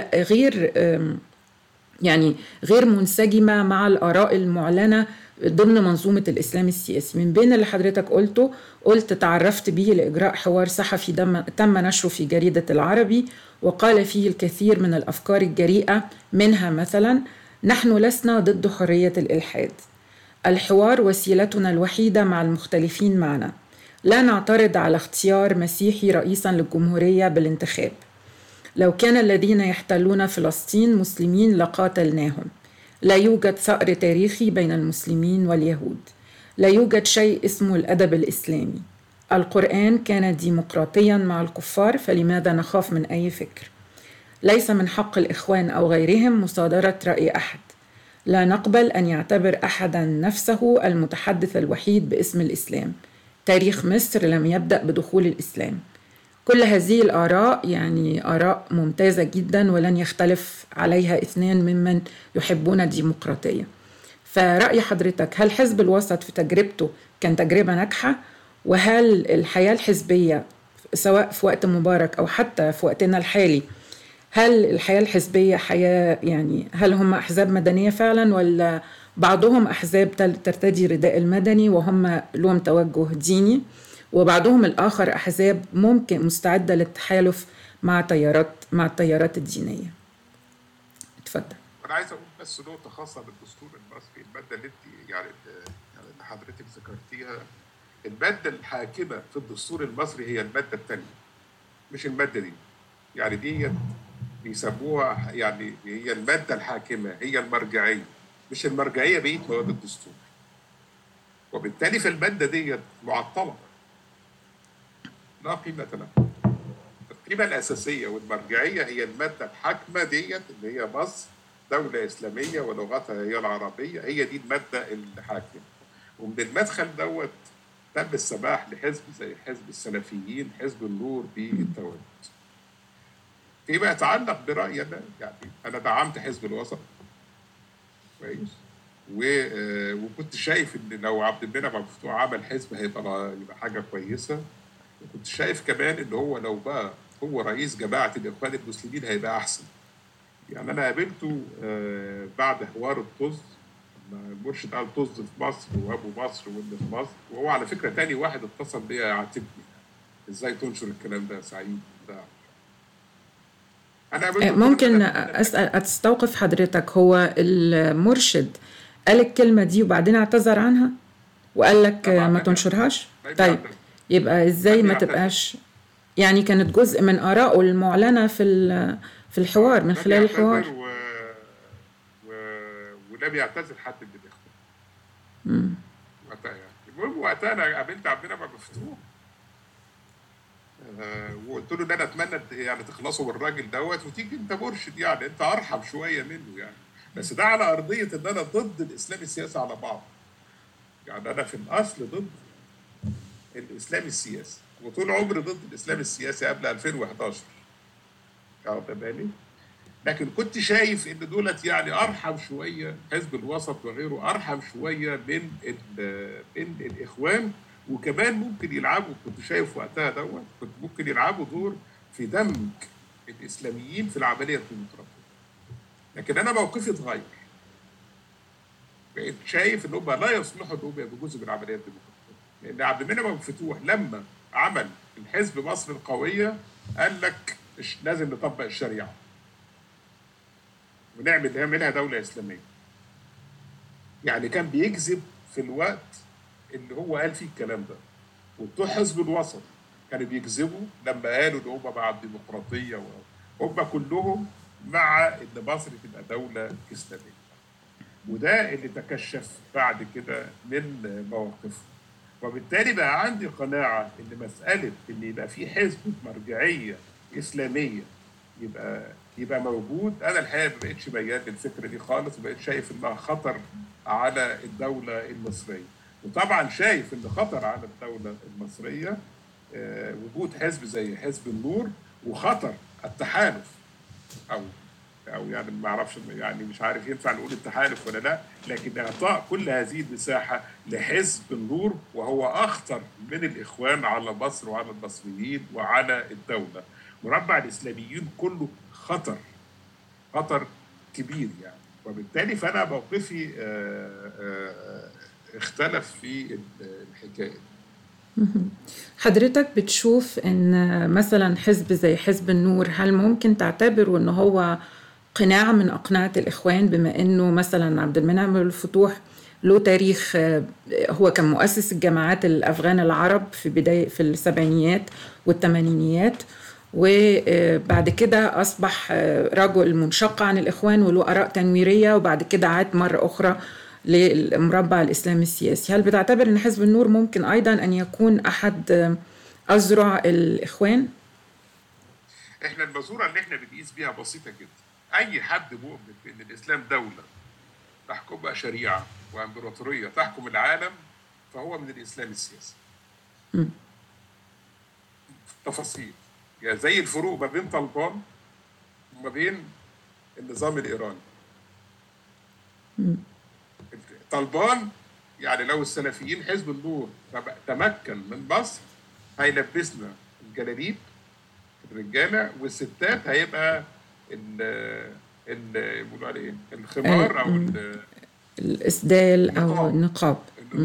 A: غير منسجمة مع الآراء المعلنة ضمن منظومة الإسلام السياسي. من بين اللي حضرتك قلت تعرفت به لإجراء حوار صحفي تم نشره في جريدة العربي، وقال فيه الكثير من الأفكار الجريئة، منها مثلا: نحن لسنا ضد حرية الإلحاد، الحوار وسيلتنا الوحيدة مع المختلفين معنا، لا نعترض على اختيار مسيحي رئيسا للجمهورية بالانتخاب، لو كان الذين يحتلون فلسطين مسلمين لقاتلناهم، لا يوجد ثأر تاريخي بين المسلمين واليهود، لا يوجد شيء اسمه الأدب الإسلامي، القرآن كان ديمقراطيا مع الكفار، فلماذا نخاف من أي فكر، ليس من حق الإخوان أو غيرهم مصادرة رأي أحد، لا نقبل أن يعتبر أحدا نفسه المتحدث الوحيد باسم الإسلام، تاريخ مصر لم يبدأ بدخول الإسلام. كل هذه الآراء يعني آراء ممتازة جدا ولن يختلف عليها اثنان ممن يحبون الديمقراطية. فرأي حضرتك، هل حزب الوسط في تجربته كان تجربة ناجحة؟ وهل الحياة الحزبية سواء في وقت مبارك أو حتى في وقتنا الحالي، هل الحياة الحزبية حياة هل هم أحزاب مدنية فعلا، ولا بعضهم أحزاب ترتدي رداء المدني وهم لهم توجه ديني، وبعضهم الآخر أحزاب ممكن مستعدة للتحالف مع التيارات الدينية؟ اتفضل.
B: أنا عايز أقول بس نقطة خاصة بالدستور المصري، المادة اللي أنت يعني حضرتك ذكرتيها. المادة الحاكمة في الدستور المصري هي المادة الثانية، مش المادة دي. يعني دي بيسموها هي المادة الحاكمة، هي المرجعية، مش المرجعية بقية مواد الدستور. وبالتالي في المادة دي معطلة، لا قيمة لها. القيمة الأساسية والمرجعية هي المادة الحاكمة ديت، اللي هي مصر دولة إسلامية ولغتها هي العربية، هي دي المادة الحاكمة. ومن المدخل دوت تم السماح لحزب زي حزب السلفيين، حزب النور بالتواجد. فيما يتعلق برأيي أنا دعمت حزب الوسط كويس، وكنت شايف إن لو عبد المنعم مفتوح عمل حزب هيبقى حاجة كويسة. وكنت شايف كمان إن هو لو بقى هو رئيس جماعة الإخوان المسلمين هيبقى أحسن. يعني أنا قابلته بعد حوار الطز، لما المرشد قال طز في مصر وأبو مصر واللي في مصر، وهو على فكرة تاني واحد اتصل بيا يعاتبني إزاي تنشر الكلام ده يا سعيد ده. أنا قابلته
A: ممكن أسأل أستوقف حضرتك، هو المرشد قال الكلمة دي وبعدين اعتذر عنها وقال لك ما تنشرهاش؟ طيب يبقى إزاي ما تبقاش يعني كانت جزء من آرائه المعلنة في الحوار من خلال الحوار
B: ولم يعتذر حد من الإخوان وقتها. يعني المهم وقتها أنا قابلت عبد المنعم مفتوح وقلت له ان انا اتمنى يعني تخلصوا بالراجل دوت وتيجي انت مرشد، يعني انت ارحم شويه منه يعني، بس ده على ارضيه ان انا ضد الاسلام السياسي على بعض. يعني انا في الاصل ضد الاسلام السياسي وطول عمري ضد الاسلام السياسي قبل 2011 واخد بالي، لكن كنت شايف ان دولت يعني ارحم شويه، حزب الوسط وغيره ارحم شويه من الاخوان، وكمان ممكن يلعبوا، كنت شايف وقتها دوت كنت ممكن يلعبوا دور في دمج الاسلاميين في العمليه الديمقراطيه. لكن انا موقفي اتغير، بقيت شايف ان هم لا يصلحوا ان هم يبقوا جزء من العمليه الديمقراطيه، لان عبد المنعم مفتوح لما عمل الحزب مصر القويه قال لك لازم نطبق الشريعه ونعمل منها دوله اسلاميه. يعني كان بيكذب في الوقت اللي هو قال فيه الكلام ده، وبتوع حزب الوسط كانوا بيكذبوا لما قالوا ان هم مع الديمقراطيه، هم كلهم مع ان مصر تبقى دوله اسلاميه. وده اللي تكشف بعد كده من مواقفه. وبالتالي بقى عندي قناعه ان مساله ان يبقى في حزب مرجعيه اسلاميه يبقى موجود، انا الحقيقه ما بقتش ميال للفكره دي خالص، وبقيت شايف انها خطر على الدوله المصريه. وطبعا شايف ان خطر على الدوله المصريه وجود حزب زي حزب النور، وخطر التحالف او يعني ما اعرفش، يعني مش عارف ينفع نقول التحالف ولا لا، لكن اعطاء كل هذه المساحه لحزب النور وهو اخطر من الاخوان على مصر وعلى المصريين وعلى الدوله. مربع الاسلاميين كله خطر كبير يعني. وبالتالي فانا موقفي اختلف في الحكايه.
A: حضرتك بتشوف ان مثلا حزب زي حزب النور هل ممكن تعتبره ان هو قناع من اقنعة الاخوان، بما انه مثلا عبد المنعم الفتوح له تاريخ، هو كان مؤسس الجماعات الافغان العرب في السبعينيات والثمانينيات، وبعد كده أصبح رجل منشق عن الإخوان وله آراء تنويرية، وبعد كده عاد مرة أخرى للمربع الإسلامي السياسي. هل بتعتبر أن حزب النور ممكن أيضا أن يكون أحد أذرع الإخوان؟
B: إحنا المزورة اللي إحنا بنقيس بيها بسيطة جدا. أي حد مؤمن بأن الإسلام دولة تحكمها شريعة وإمبراطورية تحكم العالم فهو من الإسلام السياسي. تفاصيل يعني زي الفروق ما بين طالبان وما بين النظام الإيراني. طالبان يعني لو السلفيين حزب النور تمكن من مصر هيلبسنا الجلاليب الرجاله، والستات هيبقى بيقولوا عليه الخمار او
A: الاسدال او النقاب.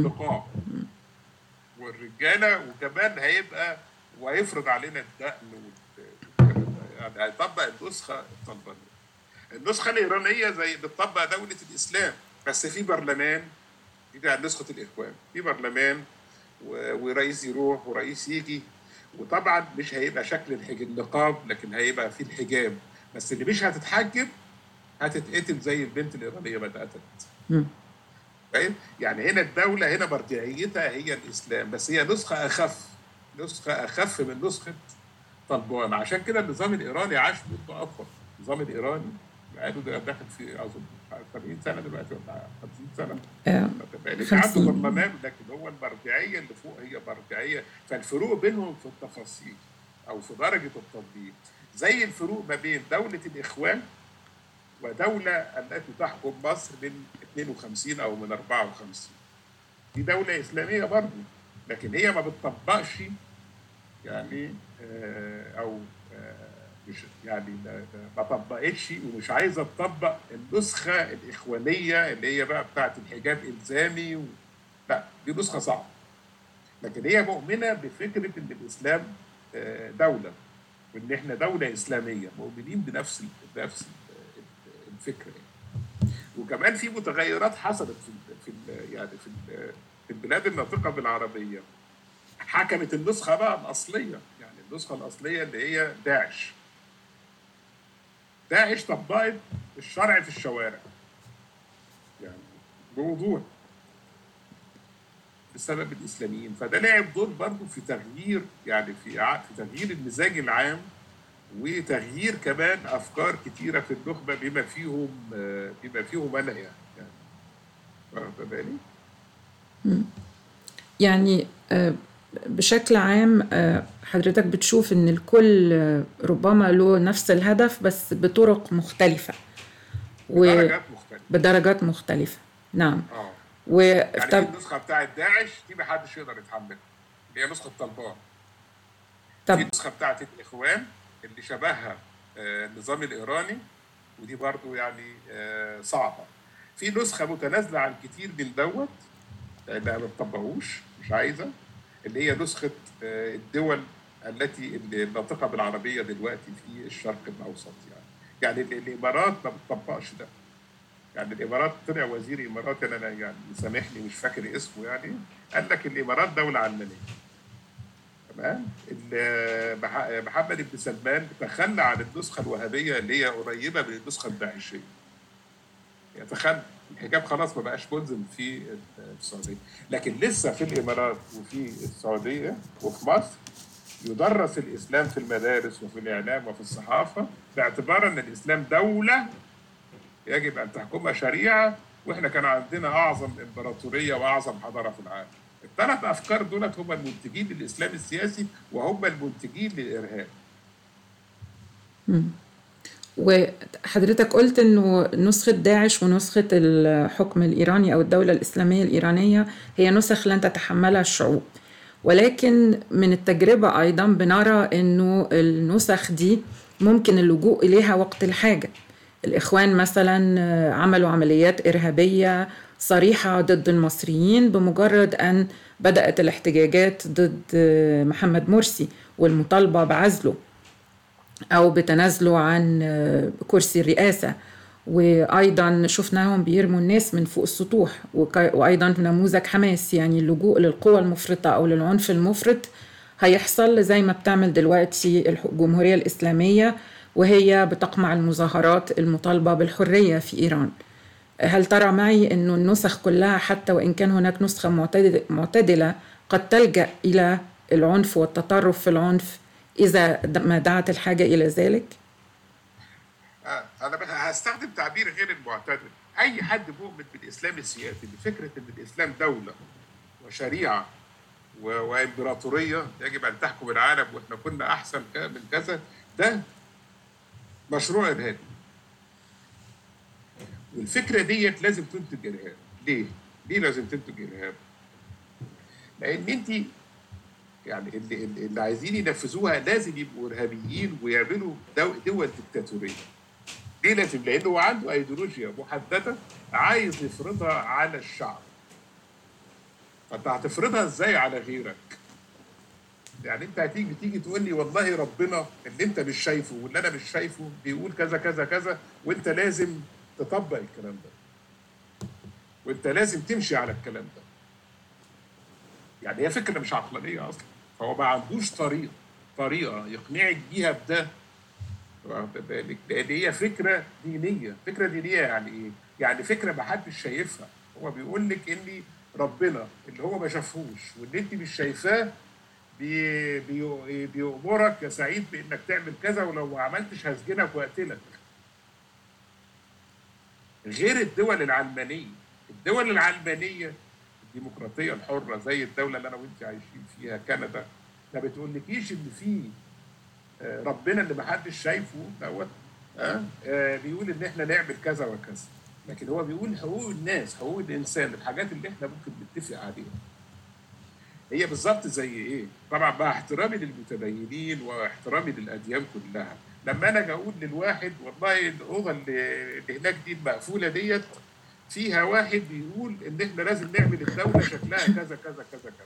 B: والرجاله وكمان هيبقى وهيفرض علينا الدقن يعني هيطبق النسخه الطلبانيه. النسخه الايرانيه زي بتطبق دوله الاسلام، بس في برلمان يجي على نسخه الاخوان، في برلمان ورئيس يروح ورئيس يجي، وطبعا مش هيبقى شكل النقاب لكن هيبقى في الحجاب، بس اللي مش هتتحجب هتتقتل زي البنت الايرانيه ما اتقتلت. يعني هنا الدوله هنا مرجعيتها هي الاسلام، بس هي نسخه اخف من نسخه طالبان. عشان كده النظام الايراني عاش مده اطول. النظام الايراني بقاله داخل في اظن 70 سنه دلوقتي ولا 50 سنه. عنده برلمان، لكن هو المرجعيه اللي فوق هي مرجعيه. فالفروق بينهم في التفاصيل او في درجه التطبيق، زي الفروق ما بين دوله الاخوان ودوله التي تحكم مصر من 52 او من 54. دي دوله اسلاميه برضه، لكن هي ما بتطبقش يعني او مش يعني ما طبقتش ومش عايزه تطبق النسخه الاخوانيه اللي هي بقى بتاعت الحجاب الزامي لا، دي نسخه صعبه. لكن هي مؤمنه بفكره ان الاسلام دوله، وان احنا دوله اسلاميه، مؤمنين بنفس الفكره يعني. وكمان في متغيرات حصلت في البلاد الناطقه بالعربيه حكمت النسخه بقى الاصليه، يعني النسخه الاصليه اللي هي داعش طبقت الشرع في الشوارع يعني بوضوح بسبب الاسلاميين. فده لعب دور برضه في تغيير، يعني في تغيير المزاج العام، وتغيير كمان افكار كتيره في النخبه بما فيهم انا يعني واخد بالي؟
A: يعني بشكل عام حضرتك بتشوف ان الكل ربما له نفس الهدف بس بطرق مختلفة بدرجات مختلفة. نعم.
B: يعني النسخة بتاعت داعش دي محدش يقدر يتحملها، اللي هي نسخة طالبان. في النسخة بتاعت الإخوان اللي شبهها النظام الإيراني، ودي برضو يعني صعبة. في نسخة متنازلة عن كتير من دوت لأنها ما بتطبقوش، مش عايزة، اللي هي نسخة الدول التي الناطقة بالعربية دلوقتي في الشرق الأوسط يعني الإمارات ما بتطبقش ده. يعني الإمارات طلع وزير إماراتي، أنا يعني سامحني مش فاكر اسمه، يعني قال لك الإمارات دولة علمانية. تمام؟ محمد بن سلمان تخلى عن النسخة الوهابية اللي هي قريبة من النسخة الداعشية. يتخلى، الحجاب خلاص ما بقاش ملزم في السعودية، لكن لسه في الإمارات وفي السعودية وفي مصر يدرس الإسلام في المدارس وفي الإعلام وفي الصحافة باعتبار أن الإسلام دولة يجب أن تحكمها شريعة، وإحنا كان عندنا أعظم إمبراطورية وأعظم حضارة في العالم. الثلاث أفكار دولت هم المنتجين للإسلام السياسي وهم المنتجين للإرهاب.
A: وحضرتك قلت إنه نسخة داعش ونسخة الحكم الإيراني أو الدولة الإسلامية الإيرانية هي نسخ لن تتحملها الشعوب، ولكن من التجربة أيضا بنرى إنه النسخ دي ممكن اللجوء إليها وقت الحاجة. الإخوان مثلا عملوا عمليات إرهابية صريحة ضد المصريين بمجرد أن بدأت الاحتجاجات ضد محمد مرسي والمطالبة بعزله أو بتنازله عن كرسي الرئاسة، وأيضا شفناهم بيرموا الناس من فوق السطوح، وأيضا نموذج حماس. يعني اللجوء للقوى المفرطة أو للعنف المفرط هيحصل زي ما بتعمل دلوقتي الجمهورية الإسلامية وهي بتقمع المظاهرات المطالبة بالحرية في إيران. هل ترى معي أنه النسخ كلها حتى وإن كان هناك نسخة معتدلة قد تلجأ إلى العنف والتطرف في العنف إذا ما دعت الحاجة إلى ذلك؟
B: أنا هستخدم تعبير غير المعتدل. أي حد مؤمن بالإسلام السياسي بفكرة أن الإسلام دولة وشريعة وإمبراطورية يجب أن تحكم العالم وإحنا كنا أحسن من كذا، ده مشروع إرهابي. والفكرة ديت لازم تنتج إرهاب. ليه؟ ليه لازم تنتج إرهاب؟ لأن أنت يعني اللي عايزين ينفذوها لازم يبقوا إرهابيين ويعملوا دول ديكتاتورية. ليه لازم؟ لأنه هو عنده أيديولوجيا محددة عايز يفرضها على الشعب. فأنت هتفرضها إزاي على غيرك؟ يعني أنت هتيجي تقول لي والله ربنا اللي أنت مش شايفه واللي أنا مش شايفه بيقول كذا كذا كذا، وأنت لازم تطبق الكلام ده. وأنت لازم تمشي على الكلام ده. يعني هي فكرة مش عقلانية أصلا. فهو ما عندوش طريقة يقنعك بيها بده، واخد بالك؟ لأن هي فكرة دينية. فكرة دينية يعني إيه؟ يعني فكرة ما حدش شايفها. هو بيقول لك إن ربنا اللي هو ما شافهوش واللي أنت مش شايفاه بيأمرك يا سعيد بإنك تعمل كذا، ولو ما عملتش هسجنك وأقتلك. غير الدول العلمانية. الدول العلمانية الديمقراطية الحرة زي الدولة اللي أنا وأنت عايشين فيها كندا، ما بتقولكيش إن في ربنا اللي محدش شايفه دوت بيقول إن إحنا نعمل كذا وكذا، لكن هو بيقول حقوق الناس، حقوق الإنسان، الحاجات اللي إحنا ممكن نتفق عليها. هي بالظبط زي ايه؟ طبعا مع احترامي للمتدينين واحترامي للاديان كلها، لما انا اجي اقول للواحد والله الاوضه اللي هناك دي المقفوله ديت فيها واحد بيقول ان احنا لازم نعمل الدوله شكلها كذا كذا كذا كذا.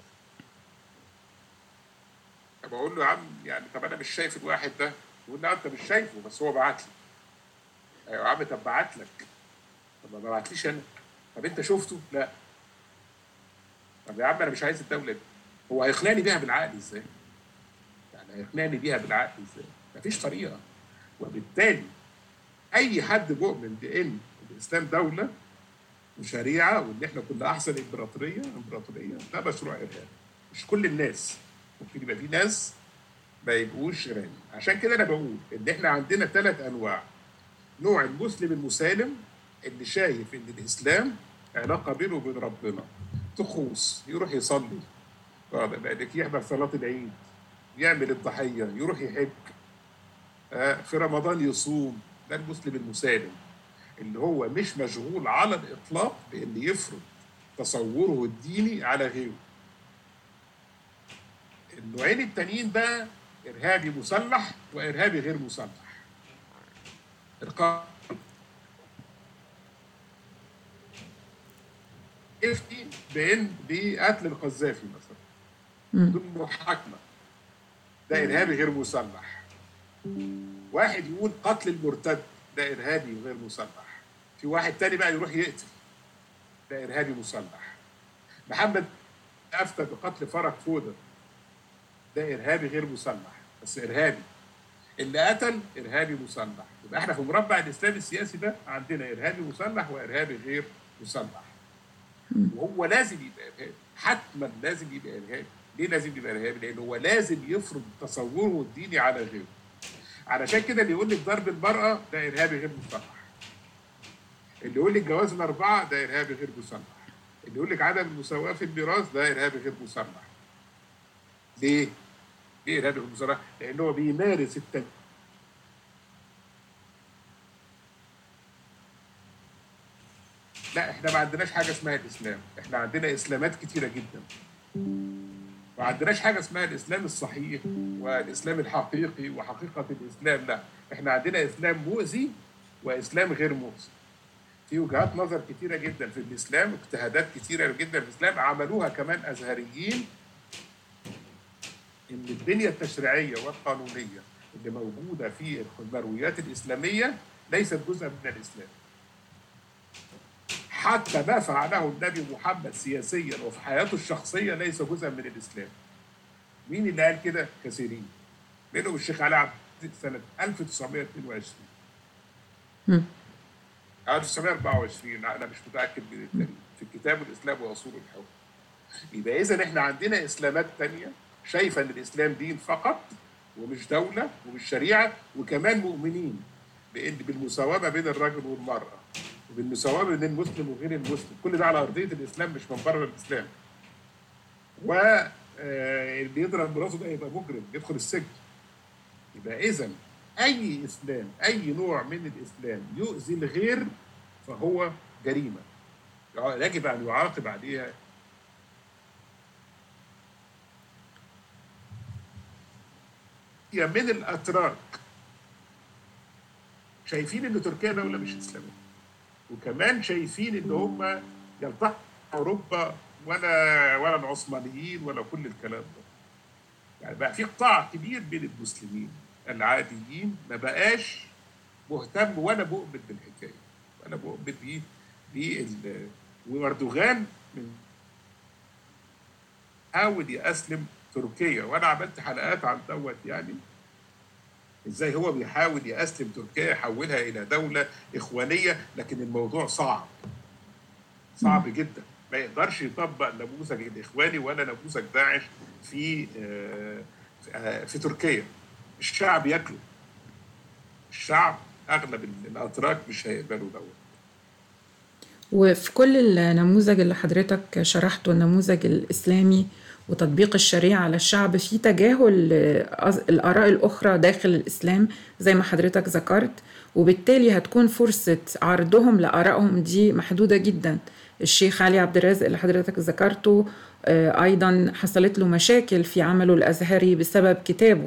B: طب اقول له يا عم يعني طب انا مش شايف الواحد ده، يقول لا انت مش شايفه بس هو بعت لي. ايوه يا عم طب بعت لك، طب ما بعتليش انا، طب انت شفته؟ لا. طب يا عم انا مش عايز الدوله دي، هو هيقنعني بيها بالعقل ازاي؟ يعني هيقنعني بيها بالعقل ازاي؟ مفيش طريقه. وبالتالي اي حد مؤمن بان الاسلام دوله وشريعه وان احنا كنا احسن امبراطوريه ده مشروع ارهابي. مش كل الناس، ممكن يبقى في ناس ما يبقوش ارهابي. عشان كده انا بقول ان احنا عندنا 3 انواع. نوع المسلم المسالم اللي شايف ان الاسلام علاقه بينه وبين ربنا، طقوس، يروح يصلي، يحضر صلاه العيد، يعمل الضحيه، يروح يحج، في رمضان يصوم. ده المسلم المسالم اللي هو مش مشغول على الاطلاق بان يفرض تصوره الديني على غيره. النوعين التانيين بقى ارهابي مسلح وارهابي غير مسلح. افتي بقتل القذافي مثلا بدون محاكمه، ده ارهابي غير مسلح. واحد يقول قتل المرتد، ده ارهابي غير مسلح. في واحد تاني بقى يروح يقتل، ده ارهابي مسلح. محمد افتى بقتل فرج فودة، ده ارهابي غير مسلح بس ارهابي. اللي قتل ارهابي مسلح. يبقى احنا في مربع الاسلام السياسي ده عندنا ارهابي مسلح وارهابي غير مسلح. وهو لازم يبقى ارهابي، حتما لازم يبقى ارهابي. ليه لازم يبقى ارهابي؟ لان هو لازم يفرض تصوره الديني على غيره. علشان كده اللي يقول لك ضرب المراه ده ارهابي غير مسلح، اللي يقول لك جواز الاربعه ده ارهابي غير مسلح، اللي يقول لك عدم المساواه في الميراث ده ارهابي غير مسلح. ليه؟ ليه ارهابي غير مسلح؟ لان هو بيمارس لا احنا ما عندناش حاجه اسمها الاسلام، احنا عندنا اسلامات كتيره جدا. ما عندناش حاجه اسمها الاسلام الصحيح والاسلام الحقيقي وحقيقه الاسلام، لا احنا عندنا اسلام مؤذي واسلام غير مؤذي. في وجهات نظر كتيره جدا في الاسلام، اجتهادات كتيره جدا في الاسلام عملوها كمان ازهريين، ان البنيه التشريعيه والقانونيه اللي موجوده في المرويات الاسلاميه ليست جزءا من الاسلام. حتى ما فعله النبي محمد سياسيا وفي حياته الشخصيه ليس جزءا من الاسلام. مين اللي قال كده؟ كثيرين، منهم الشيخ علي عبد سنه 1922 1924، انا مش متاكد من التاريخ، في كتاب الاسلام واصول الحكم. يبقى اذا احنا عندنا اسلامات ثانيه شايفه ان الاسلام دين فقط ومش دوله ومش شريعه، وكمان مؤمنين بالمساواه ما بين الرجل والمراه وبالمساواه بين المسلم وغير المسلم، كل ده على ارضيه الاسلام مش من بره الاسلام. اللي يضرب براسه ده يبقى مجرم يدخل السجن. يبقى اذا اي اسلام، اي نوع من الاسلام يؤذي الغير فهو جريمه يجب ان يعاقب عليها. من الاتراك شايفين ان تركيا دوله مش اسلاميه، وكمان شايفين ان هم يلتحقوا اوروبا ولا العثمانيين ولا كل الكلام ده. يعني بقى في قطاع كبير من المسلمين العاديين ما بقاش مهتم ولا مؤمن بالحكايه ولا مؤمن واردوغان حاول يأسلم تركيا، وانا عملت حلقات عن دوت، يعني ازاي هو بيحاول يأسلم تركيا يحولها الى دوله اخوانيه، لكن الموضوع صعب جدا. ما يقدرش يطبق النموذج الاخواني ولا نموذج داعش في تركيا. الشعب ياكله، الشعب اغلب الاتراك مش هيقبلوا دوت.
A: وفي كل النموذج اللي حضرتك شرحته، النموذج الإسلامي وتطبيق الشريعة على الشعب، في تجاهل الآراء الأخرى داخل الإسلام زي ما حضرتك ذكرت، وبالتالي هتكون فرصة عرضهم لآرائهم دي محدودة جدا. الشيخ علي عبد الرازق اللي حضرتك ذكرته أيضا حصلت له مشاكل في عمله الأزهري بسبب كتابه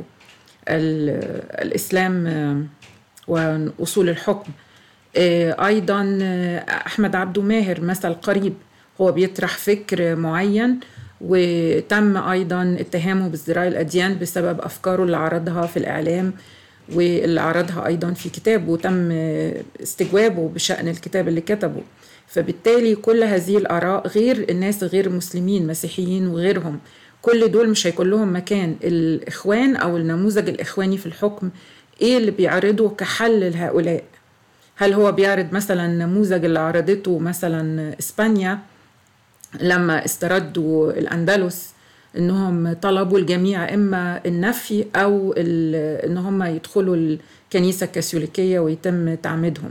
A: الإسلام وأصول الحكم. أيضا أحمد عبده ماهر مثل قريب، هو بيطرح فكر معين وتم أيضا اتهامه بازدراء الأديان بسبب أفكاره اللي عرضها في الإعلام واللي عرضها أيضا في كتابه، وتم استجوابه بشأن الكتاب اللي كتبه. فبالتالي كل هذه الآراء غير الناس غير المسلمين مسيحيين وغيرهم، كل دول مش هيكون لهم مكان. الإخوان أو النموذج الإخواني في الحكم إيه اللي بيعرضه كحل لهؤلاء؟ هل هو بيعرض مثلا النموذج اللي عرضته مثلا إسبانيا لما استردوا الأندلس، إنهم طلبوا الجميع إما النفي أو إن هم يدخلوا الكنيسة الكاثوليكية ويتم تعميدهم؟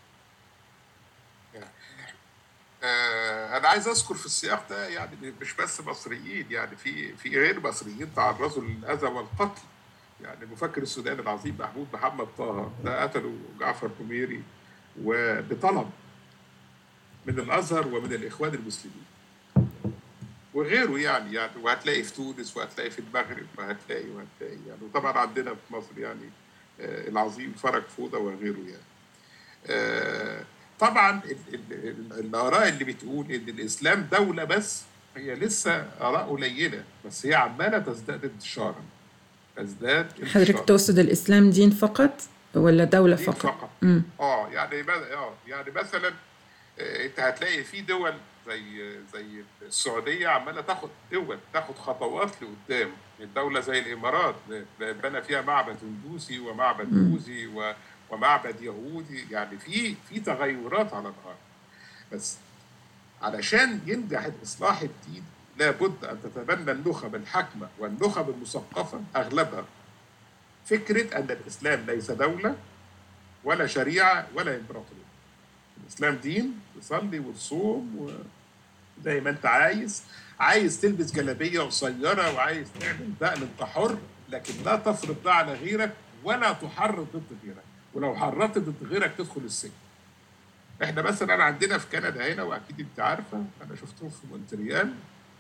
B: أنا عايز أذكر في السياق ده يعني مش بس مصريين، يعني في غير مصريين تعرضوا للأذى والقتل. يعني المفكر السوداني العظيم محمد طه ده قتلوا جعفر نميري وبطلب من الأزهر ومن الإخوان المسلمين وغيره يعني وهتلاقي في تونس وهتلاقي في المغرب وهتلاقي يعني، وطبعا عندنا في مصر يعني العظيم فرج فوضى وغيره يعني. طبعا الآراء اللي بتقول إن الإسلام دولة بس هي لسه آراء قليلة، بس هي عمالة تزداد انتشارا.
A: حضرتك تقصد الإسلام دين فقط ولا دولة
B: دين
A: فقط؟
B: فقط. يعني مثلا انت هتلاقي في دول زي السعوديه عماله تاخد خطوات لقدام. الدوله زي الامارات بنى فيها معبد هندوسي ومعبد بوذي ومعبد يهودي، يعني في تغيرات على الارض. بس علشان ينجح الاصلاح الدين لابد ان تتبنى النخب الحاكمه والنخب المثقفه اغلبها فكره ان الاسلام ليس دوله ولا شريعه ولا امبراطوريه. الإسلام دين، تصلي وتصوم زي ما أنت عايز تلبس جلابية قصيرة وعايز تعمل دقن أنت حر، لكن لا تفرض ده على غيرك ولا تحرض ضد غيرك، ولو حرضت ضد غيرك تدخل السجن. إحنا مثلا عندنا في كندا هنا، وأكيد أنت عارفة أنا شفتهم في مونتريال،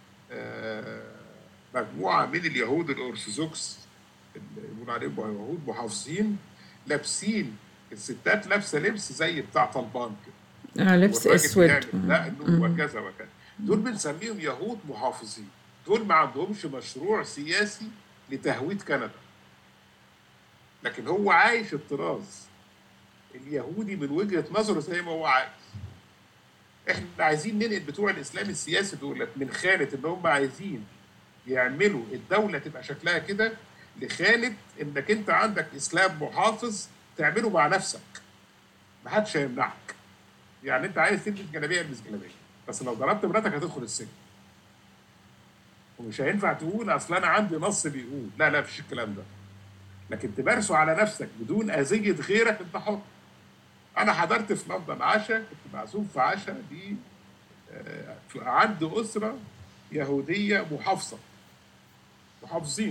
B: مجموعة من اليهود الأرثوذكس اللي يقولون عليهم يهود محافظين لابسين، الستات لابسه لبس زي بتاع طلبان كده،
A: لبس اسود
B: دقن وكذا وكذا. دول بنسميهم يهود محافظين. دول ما عندهمش مشروع سياسي لتهويد كندا، لكن هو عايش الطراز اليهودي من وجهه نظره زي ما هو عايز. احنا عايزين ننقل بتوع الاسلام السياسي دول من خانه ان هم عايزين يعملوا الدوله تبقى شكلها كده لخانه انك انت عندك اسلام محافظ تعمله مع نفسك، ما حدش هيمنعك. يعني انت عايز تلبس جلابيه البس جلابيه، بس لو ضربت مراتك هتدخل السجن. ومش هينفع تقول اصل انا عندي نص بيقول، لا مفيش الكلام ده. لكن تمارسه على نفسك بدون اذيه غيرك انت حر. انا حضرت في لندن عشاء، كنت معزوم في عشاء دي عند اسره يهوديه محافظين.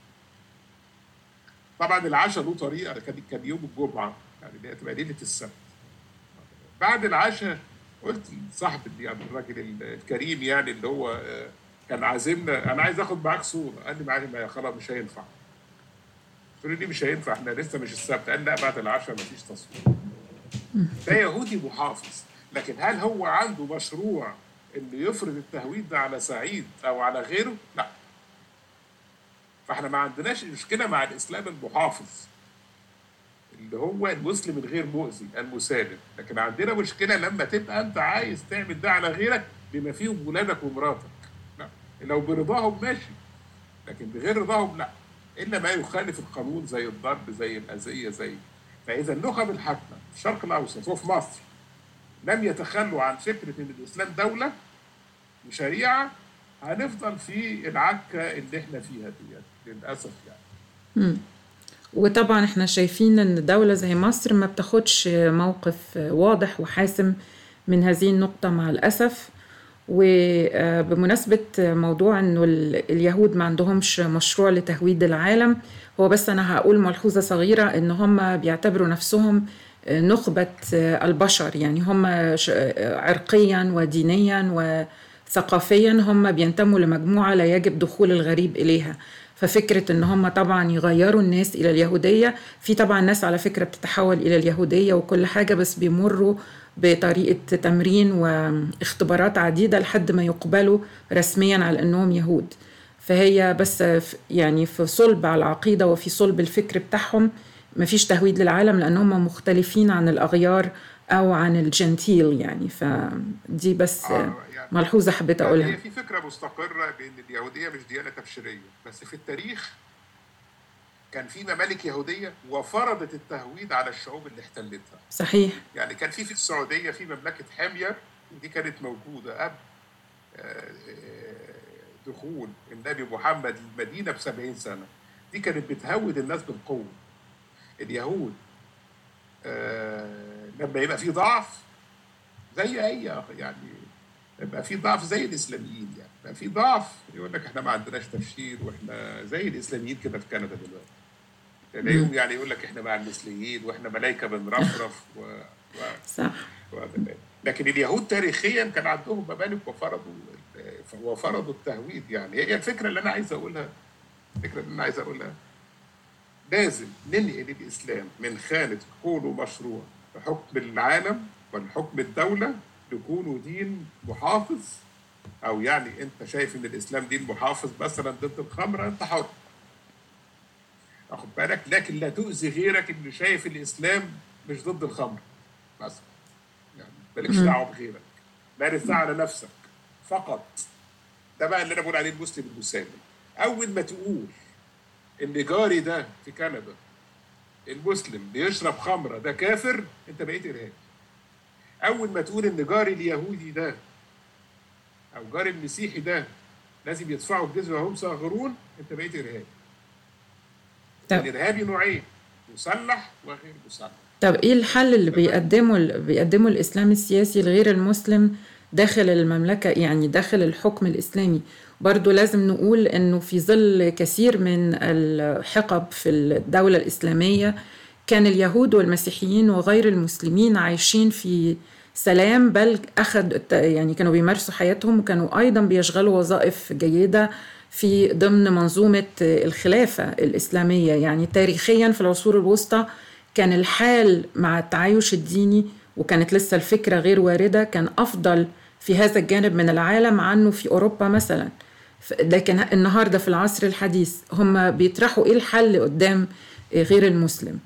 B: طبعا العشاء له طريقه، كان يوم الجمعه يعني اللي هتبقى ليله السبت. بعد العشاء قلت لصاحب يعني الراجل الكريم يعني اللي هو كان عازمنا، انا عايز اخد معاك صوره. قال لي معايا خلاص مش هينفع. قلت له ليه مش هينفع؟ احنا لسه مش السبت. قال لا بعد العشاء مفيش تصوير. ده يهودي محافظ، لكن هل هو عنده مشروع انه يفرض التهويد ده على سعيد او على غيره؟ لا. فاحنا ما عندناش مشكله مع الاسلام المحافظ اللي هو المسلم الغير مؤذي المسالم، لكن عندنا مشكله لما تبقى انت عايز تعمل ده على غيرك بما فيهم ولادك ومراتك. لا، لو برضاهم ماشي، لكن بغير رضاهم لا، الا ما يخالف القانون زي الضرب زي الاذيه فاذا النخب الحاكمه في الشرق الاوسط وفي مصر لم يتخلوا عن فكره ان الاسلام دوله وشريعه، هنفضل في العكه اللي احنا فيها دي للاسف يعني.
A: وطبعا احنا شايفين ان دولة زي مصر ما بتاخدش موقف واضح وحاسم من هذه النقطة مع الأسف. وبمناسبة موضوع انه اليهود ما عندهمش مشروع لتهويد العالم، هو بس انا هقول ملحوظة صغيرة ان هم بيعتبروا نفسهم نخبة البشر، يعني هم عرقيا ودينيا ثقافيا هم بينتموا لمجموعة لا يجب دخول الغريب إليها. ففكرة ان هم طبعا يغيروا الناس الى اليهودية، في طبعا ناس على فكرة بتتحول الى اليهودية وكل حاجة، بس بيمروا بطريقة تمرين واختبارات عديدة لحد ما يقبلوا رسميا على انهم يهود. فهي بس يعني في صلب على العقيدة وفي صلب الفكر بتاعهم مفيش تهويد للعالم، لأنهم مختلفين عن الأغيار أو عن الجنتيل يعني. فدي بس
B: يعني
A: ملحوظة حبيت
B: يعني
A: أقولها.
B: هي في فكرة مستقرة بأن اليهودية مش ديانة تبشيرية، بس في التاريخ كان في ممالك يهودية وفرضت التهويد على الشعوب اللي احتلتها.
A: صحيح.
B: يعني كان في السعودية في مملكة حمير، ودي كانت موجودة قبل دخول النبي محمد المدينة ب70 سنة. دي كانت بتهود الناس بالقوة. اليهود لما يبقى في ضعف زي أي يعني يبقى في ضعف زي الإسلاميين، يعني يبقى في ضعف يقول لك احنا ما عندناش تبشير، واحنا زي الإسلاميين كده في كندا دلوقتي تلاقيهم يعني يقول لك احنا مع المثليين واحنا ملايكة بنرفرف
A: صح.
B: لكن اليهود تاريخيا كان عندهم ممالك وفرضوا التهويد. يعني هي الفكرة اللي أنا عايز أقولها، لازم ننقل الإسلام من خانة كونه مشروع لحكم العالم والحكم الدولة لكونه دين محافظ. أو يعني أنت شايف إن الإسلام دين محافظ مثلا ضد الخمرة، أنت حر، أخد بالك، لكن لا تؤذي غيرك اللي شايف الإسلام مش ضد الخمر مثلا. يعني مالكش دعوة بغيرك، مارس ده على نفسك فقط. ده بقى اللي أنا بقول عليه المسلم المسالم. أول ما تقول إن جاري ده في كندا المسلم بيشرب خمرة ده كافر، أنت بقيت إرهابي. أول ما تقول إن جاري اليهودي ده أو جاري المسيحي ده لازم يدفعوا الجزية وهم صاغرون، أنت بقيت إرهابي. الإرهابي نوعين، مسلح وغير مسلح.
A: طب إيه الحل اللي بيقدمه الإسلام السياسي الغير المسلم داخل المملكة، يعني داخل الحكم الإسلامي؟ برضو لازم نقول أنه في ظل كثير من الحقب في الدولة الإسلامية كان اليهود والمسيحيين وغير المسلمين عايشين في سلام، بل يعني كانوا بيمارسوا حياتهم وكانوا أيضا بيشغلوا وظائف جيدة في ضمن منظومة الخلافة الإسلامية. يعني تاريخيا في العصور الوسطى كان الحال مع التعايش الديني وكانت لسه الفكرة غير واردة، كان أفضل في هذا الجانب من العالم عنه في أوروبا مثلا. لكن النهاردة في العصر الحديث هم بيطرحوا إيه الحل قدام غير المسلم؟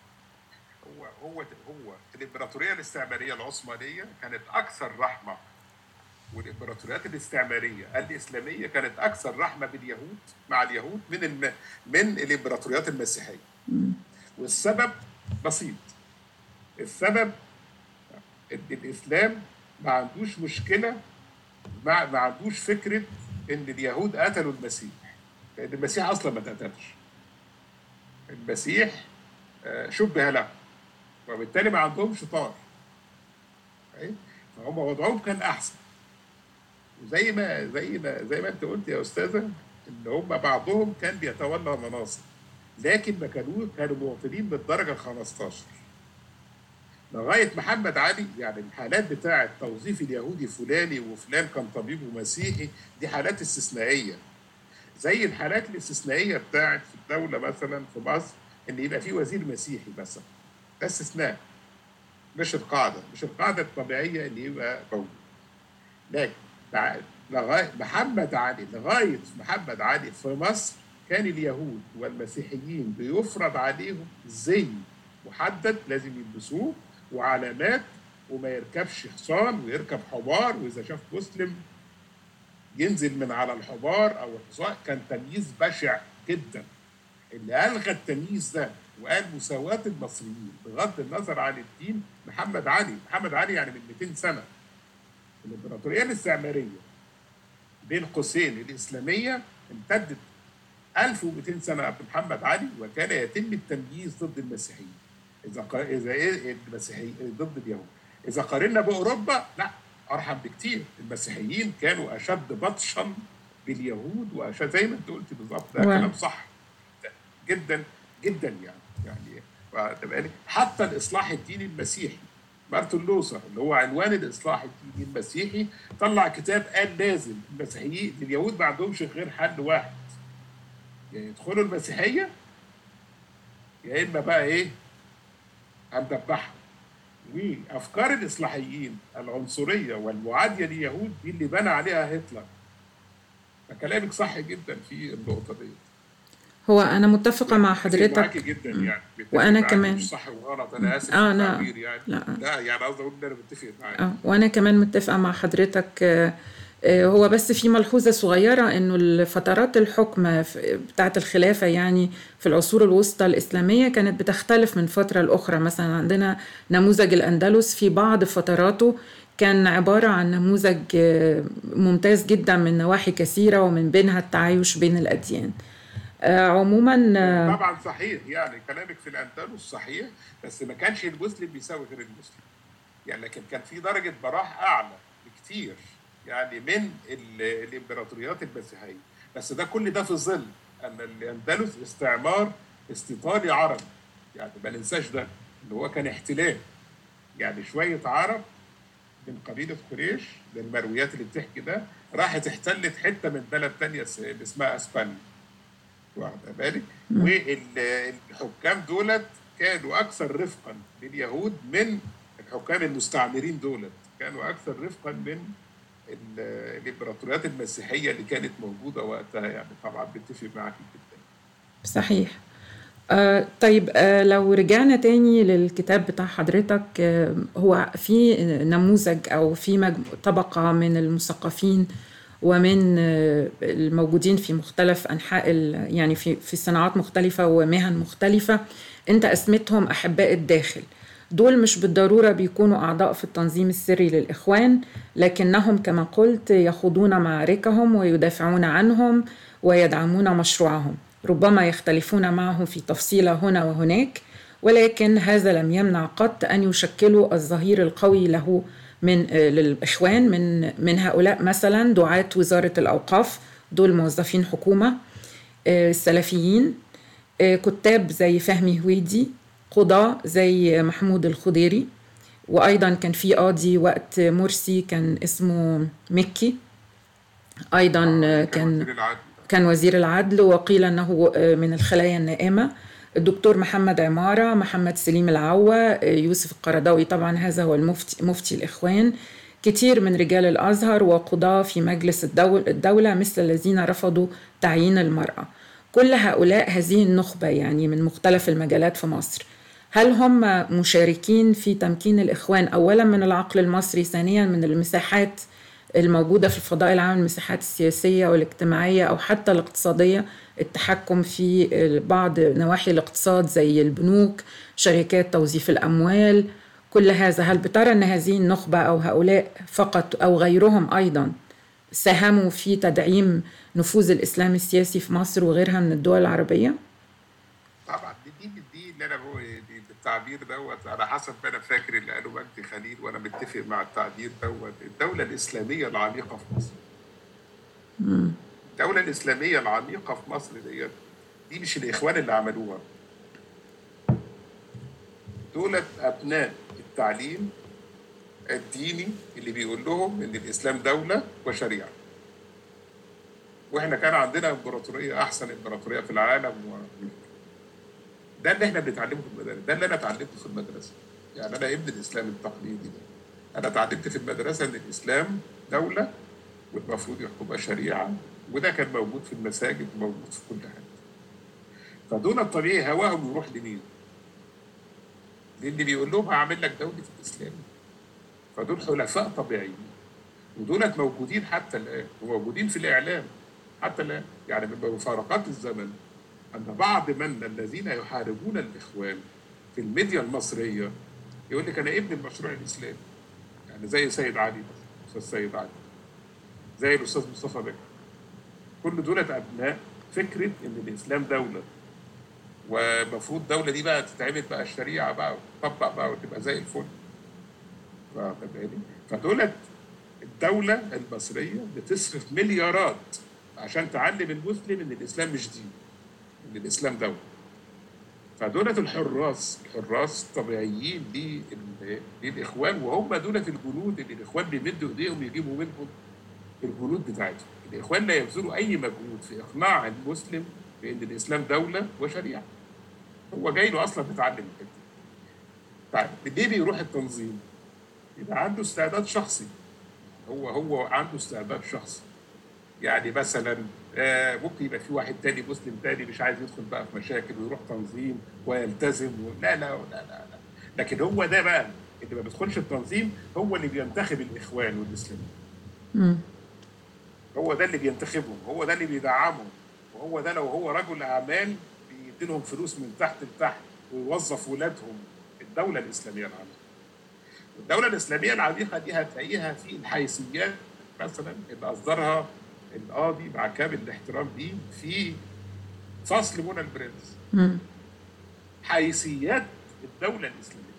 B: هو الإمبراطورية الاستعمارية العثمانية كانت أكثر رحمة، والإمبراطوريات الاستعمارية الإسلامية كانت أكثر رحمة باليهود مع اليهود من الإمبراطوريات المسيحية. والسبب بسيط، السبب ان الاسلام ما عندوش مشكله، ما عندوش فكره ان اليهود قتلوا المسيح، لان المسيح اصلا ما اتقتلش. المسيح شبه له، وبالتالي ما عندهمش طار، فهم وضعهم كان احسن. وزي ما انت قلت يا استاذه ان هم بعضهم كان بيتولى مناصب، لكن ما كانوا مواطنين من الدرجه ال15 لغايه محمد علي. يعني الحالات بتاعه توظيف اليهودي فلاني وفلان كان طبيب ومسيحي دي حالات استثنائيه، زي الحالات الاستثنائيه بتاعه في الدوله مثلا في مصر ان يبقى في وزير مسيحي مثلا، ده استثناء مش القاعده الطبيعيه ان يبقى موجود. لكن لغايه محمد علي في مصر كان اليهود والمسيحيين بيفرض عليهم زي محدد لازم يلبسوه وعلامات، وما يركبش حصان ويركب حمار، واذا شاف مسلم ينزل من على الحمار او الحصان. كان تمييز بشع جدا. اللي الغى التمييز ده وقال مساواه المصريين بغض النظر عن الدين محمد علي يعني من 200 سنه. الامبراطوريه الاستعماريه بين قوسين الاسلاميه امتدت 1200 سنه قبل محمد علي، وكان يتم التمييز ضد المسيحيين المسيحيين ضد اليهود. اذا قارنا باوروبا لا، ارحم بكتير. المسيحيين كانوا اشد بطشا باليهود واشد، زي ما انت قلت بالظبط، ده كلام صح جدا جدا. يعني حتى الاصلاح الديني المسيحي مارتن لوثر اللي هو عنوان الاصلاح الديني المسيحي، طلع كتاب قال لازم المسيحيين اليهود ما عندهمش غير حل واحد، يا يدخلوا المسيحيه يا اما بقى ايه هندبحهم. وافكار الاصلاحيين العنصريه والمعاديه لليهود دي اللي بنى عليها هتلر. فكلامك صح جدا في النقطه دي.
A: هو أنا متفقة مع
B: بتفق معاكي
A: حضرتك.
B: جدا يعني، بتفق
A: وأنا
B: معاكي
A: كمان.
B: مش صح وغلط، انا اسف في
A: لا
B: التعبير يعني.
A: لا.
B: لا يعني قصدي اقول ان انا متفق معاكي.
A: وأنا كمان متفقة مع حضرتك. هو بس في ملحوظة صغيرة إنه الفترات الحكم بتاعة الخلافة يعني في العصور الوسطى الإسلامية كانت بتختلف من فترة لأخرى. مثلا عندنا نموذج الأندلس في بعض فتراته كان عبارة عن نموذج ممتاز جدا من نواحي كثيرة، ومن بينها التعايش بين الأديان. عموما
B: طبعا صحيح يعني كلامك في الاندلس صحيح، بس ما كانش المسلم بيساوي غير المسلم يعني، لكن كان في درجه براح اعلى بكتير يعني من الامبراطوريات المسيحيه. بس ده كل ده في ظل ان الاندلس استعمار استيطاني عربي، يعني ما ننساش ده اللي هو كان احتلال، يعني شويه عرب من قبيله قريش للمرويات اللي بتحكي ده راحت احتلت حته من بلد ثانيه اسمها اسبانيا، واخده بالك؟ والحكام دولت كانوا اكثر رفقا لليهود من الحكام المستعمرين دولت، كانوا اكثر رفقا من الامبراطوريات المسيحيه اللي كانت موجوده وقتها يعني. طبعا بتفق معاك جدا.
A: صحيح. طيب، لو رجعنا تاني للكتاب بتاع حضرتك، هو في نموذج أو في طبقة من المثقفين ومن الموجودين في مختلف أنحاء يعني في صناعات مختلفة ومهن مختلفة، أنت أسمتهم أحباء الداخل. دول مش بالضرورة بيكونوا أعضاء في التنظيم السري للإخوان، لكنهم كما قلت يخوضون معاركهم ويدافعون عنهم ويدعمون مشروعهم. ربما يختلفون معه في تفصيلة هنا وهناك، ولكن هذا لم يمنع قط أن يشكلوا الظهير القوي له للإخوان. من هؤلاء مثلا دعاة وزارة الأوقاف، دول موظفين حكومة السلفيين، كتاب زي فهمي هويدي، قضاة زي محمود الخضيري، وأيضا كان في قاضي وقت مرسي كان اسمه مكي، أيضا كان وزير العدل وقيل أنه من الخلايا النائمة. الدكتور محمد عمارة، محمد سليم العوة، يوسف القرضاوي، طبعا هذا هو مفتي الإخوان، كتير من رجال الأزهر وقضاة في مجلس الدولة مثل الذين رفضوا تعيين المرأة. كل هؤلاء هذه النخبة يعني من مختلف المجالات في مصر، هل هم مشاركين في تمكين الإخوان أولا من العقل المصري، ثانيا من المساحات الموجودة في الفضاء العام، المساحات السياسية والاجتماعية أو حتى الاقتصادية، التحكم في بعض نواحي الاقتصاد زي البنوك، شركات توظيف الأموال، كل هذا؟ هل بترى أن هذه النخبة أو هؤلاء فقط أو غيرهم أيضا ساهموا في تدعيم نفوذ الإسلام السياسي في مصر وغيرها من الدول العربية؟
B: طبعا دي اللي انا بقول بالتعبير دوت على حسب ما انا فاكر اللي قاله مجدي خليل، وانا متفق مع التعبير دوت. الدوله الاسلاميه العميقه في مصر، الدوله الاسلاميه العميقه في مصر دي مش الاخوان اللي عملوها، دولت ابناء التعليم الديني اللي بيقول لهم ان الاسلام دوله وشريعه. واحنا كان عندنا امبراطوريه احسن امبراطوريه في العالم ده اللي احنا بنتعلمه في المدارس، ده اللي انا اتعلمته في المدرسه. يعني انا ابن الاسلام التقليدي ده، انا اتعلمت في المدرسه ان الاسلام دوله والمفروض يحكمها شريعه، وده كان موجود في المساجد وموجود في كل حاجه. فدول الطبيعي هواهم يروح لمين؟ للي بيقول لهم هعمل لك دوله الاسلام. فدول حلفاء طبيعيين، ودولت موجودين حتى الان وموجودين في الاعلام حتى الان. يعني من مفارقات الزمن أن بعض من الذين يحاربون الإخوان في الميديا المصرية يقول لك أنا ابن المشروع الإسلامي، يعني زي سيد علي، أستاذ سيد علي، زي الأستاذ مصطفى بكر، كل دولة أبناء فكرة إن الإسلام دولة، ومفروض الدولة دي بقى تتعمل بقى الشريعة بقى وتطبق بقى وتبقى زي الفل. فدولة الدولة المصرية بتصرف مليارات عشان تعلم المسلم إن الإسلام مش دين، إن الإسلام دولة. فدولة الحراس طبيعيين للإخوان، وهم دولة الجنود اللي الإخوان بيمدوا إيديهم يجيبوا منهم الجنود بتاعتهم. الإخوان لا يبذلوا أي مجهود في إقناع المسلم بأن الإسلام دولة وشريعة. هو جاي له أصلا بيتعلم كده. طيب ليه بيروح التنظيم؟ يبقى عنده استعداد شخصي. هو عنده استعداد شخصي. يعني مثلا ممكن يبقى في واحد تاني مسلم تاني مش عايز يدخل بقى في مشاكل ويروح تنظيم ويلتزم لا لا لا لا لا. لكن هو ده بقى اللي ما بيدخلش التنظيم، هو اللي بينتخب الإخوان والإسلاميين. هو ده اللي بينتخبهم، هو ده اللي بيدعمهم، وهو ده لو هو رجل أعمال بيدي لهم فلوس من تحت لتحت ويوظف ولادهم. الدولة الإسلامية العميقة. الدولة الإسلامية العميقة دي هتلاقيها في الحيثيات مثلا اللي أصدرها القاضي مع كامل الاحترام ليه في فصل منى البرنس. حيثيات الدولة الإسلامية.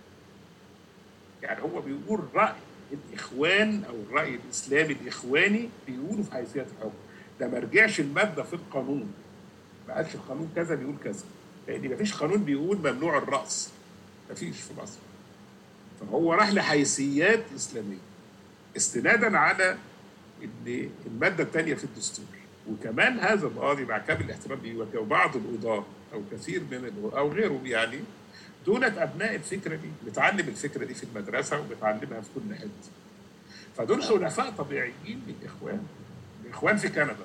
B: يعني هو بيقول رأي الإخوان أو الرأي الإسلامي الإخواني بيقولوا في حيثيات الحكم. ده ما رجعش المادة في القانون. ما قالش القانون كذا بيقول كذا. لأن ما فيش قانون بيقول ممنوع الرأس. ما فيش في مصر. فهو راح لحيثيات إسلامية استنادا على المادة الثانية في الدستور. وكمان هذا القاضي مع كامل الاحترام ليه وبعض القضاة أو كثير من أو غيرهم يعني دولة أبناء الفكرة دي، بتعلم الفكرة دي في المدرسة وبتعلمها في كل حتة. فدول حلفاء طبيعيين للإخوان. الإخوان في كندا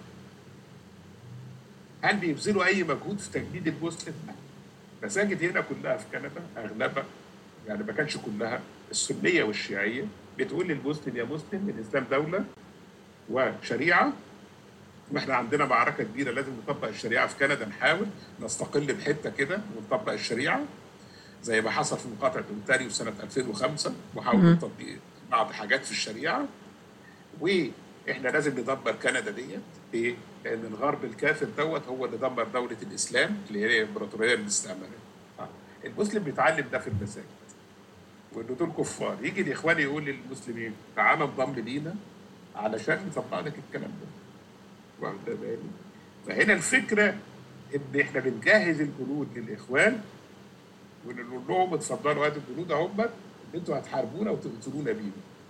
B: هل بيبذلوا أي مجهود في تجديد المسلم؟ لا. مساجد هنا كلها في كندا أغلبها يعني ما كانش كلها السنية والشيعية بتقول للمسلم يا مسلم الإسلام دولة وشريعة، واحنا عندنا معركة كبيرة لازم نطبق الشريعة في كندا، نحاول نستقل بحتة كده ونطبق الشريعة زي ما حصل في مقاطعة أونتاريو سنة 2005 محاولة تطبيق بعض حاجات في الشريعة. واحنا لازم ندمر كندا ديت. ليه؟ لأن الغرب الكافر دوت هو اللي دمر دولة الإسلام اللي هي الإمبراطورية الاستعمارية. المسلم بيتعلم ده في المساجد وإنه دول كفار. يجي الإخوان يقول للمسلمين تعالى انضم لينا علشان نطبق لك الكلام ده. واخد بالي؟ فهنا الفكرة إن إحنا بنجهز الجنود للإخوان ونقول لهم اتفضلوا هاتوا الجنود اهم ان انتوا هتحاربونا وتقتلونا بيهم.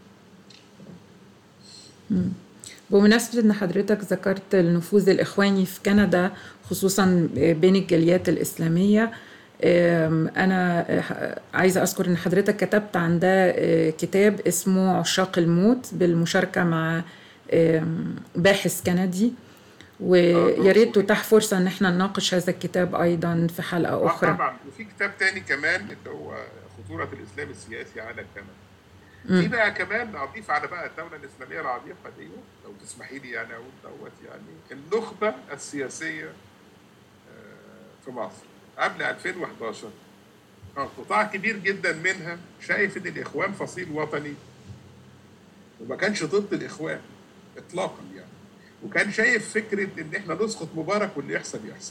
A: بمناسبة ان حضرتك ذكرت النفوذ الاخواني في كندا خصوصا بين الجاليات الاسلامية، انا عايزة اذكر ان حضرتك كتبت عن ده كتاب اسمه عشاق الموت بالمشاركة مع باحث كندي، ويا ريت تتاح فرصة ان احنا نناقش هذا الكتاب ايضا في حلقة اخرى.
B: طبعا. وفي كتاب تاني كمان اللي هو خطورة الاسلام السياسي على كندا. في بقى كمان اضيف على بقى الدولة الاسلامية العميقة دي لو تسمحي لي يعني اقول دوت يعني النخبة السياسية في مصر قبل 2011 قطاع كبير جدا منها شايف ان الاخوان فصيل وطني وما كانش ضد الاخوان اطلاقا يعني، وكان شايف فكرة إن إحنا نسقط مبارك واللي يحصل يحصل.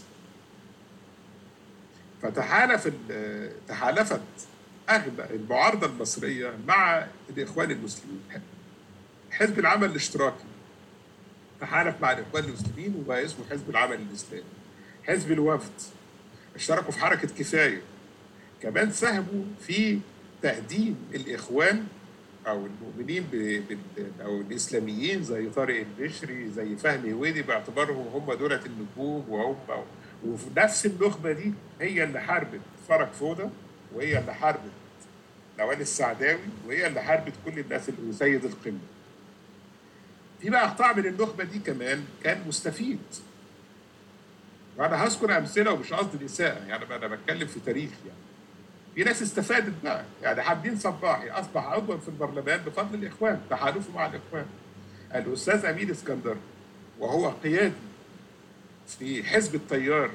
B: تحالفت أغلب المعارضة المصرية مع الإخوان المسلمين. حزب العمل الاشتراكي تحالف مع الإخوان المسلمين وبقى اسمه حزب العمل الإسلامي. حزب الوفد اشتركوا في حركة كفاية، كمان ساهموا في تهديم الإخوان أو المؤمنين أو الإسلاميين زي طارق البشري زي فهمي هويدي باعتبارهم هم دولة النجوم وفي نفس النخبة دي هي اللي حاربت فرج فودة وهي اللي حاربت نوال السعداوي وهي اللي حاربت كل الناس اللي وسيد القمة. في بقى قطاع من النخبة دي كمان كان مستفيد. وأنا هذكر أمثلة ومش قصدي الإساءة يعني أنا بتكلم في تاريخ يعني. في ناس استفادت بقى يعني حمدين صباحي أصبح عضوا في البرلمان بفضل الإخوان تحالفه مع الإخوان. الأستاذ أمين اسكندر وهو قيادي في حزب التيار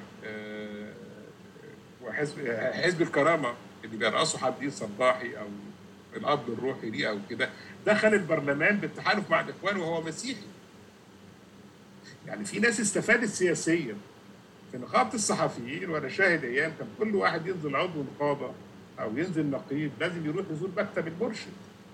B: وحزب الكرامة اللي بيرأسه حمدين صباحي أو الأب الروحي ليه أو كده دخل البرلمان بالتحالف مع الإخوان وهو مسيحي. يعني في ناس استفادت سياسيا. في نقابة الصحفيين وأنا شاهد أيام كان كل واحد ينزل عضو نقابة أو ينزل نقيب لازم يروح يزور مكتب المرشد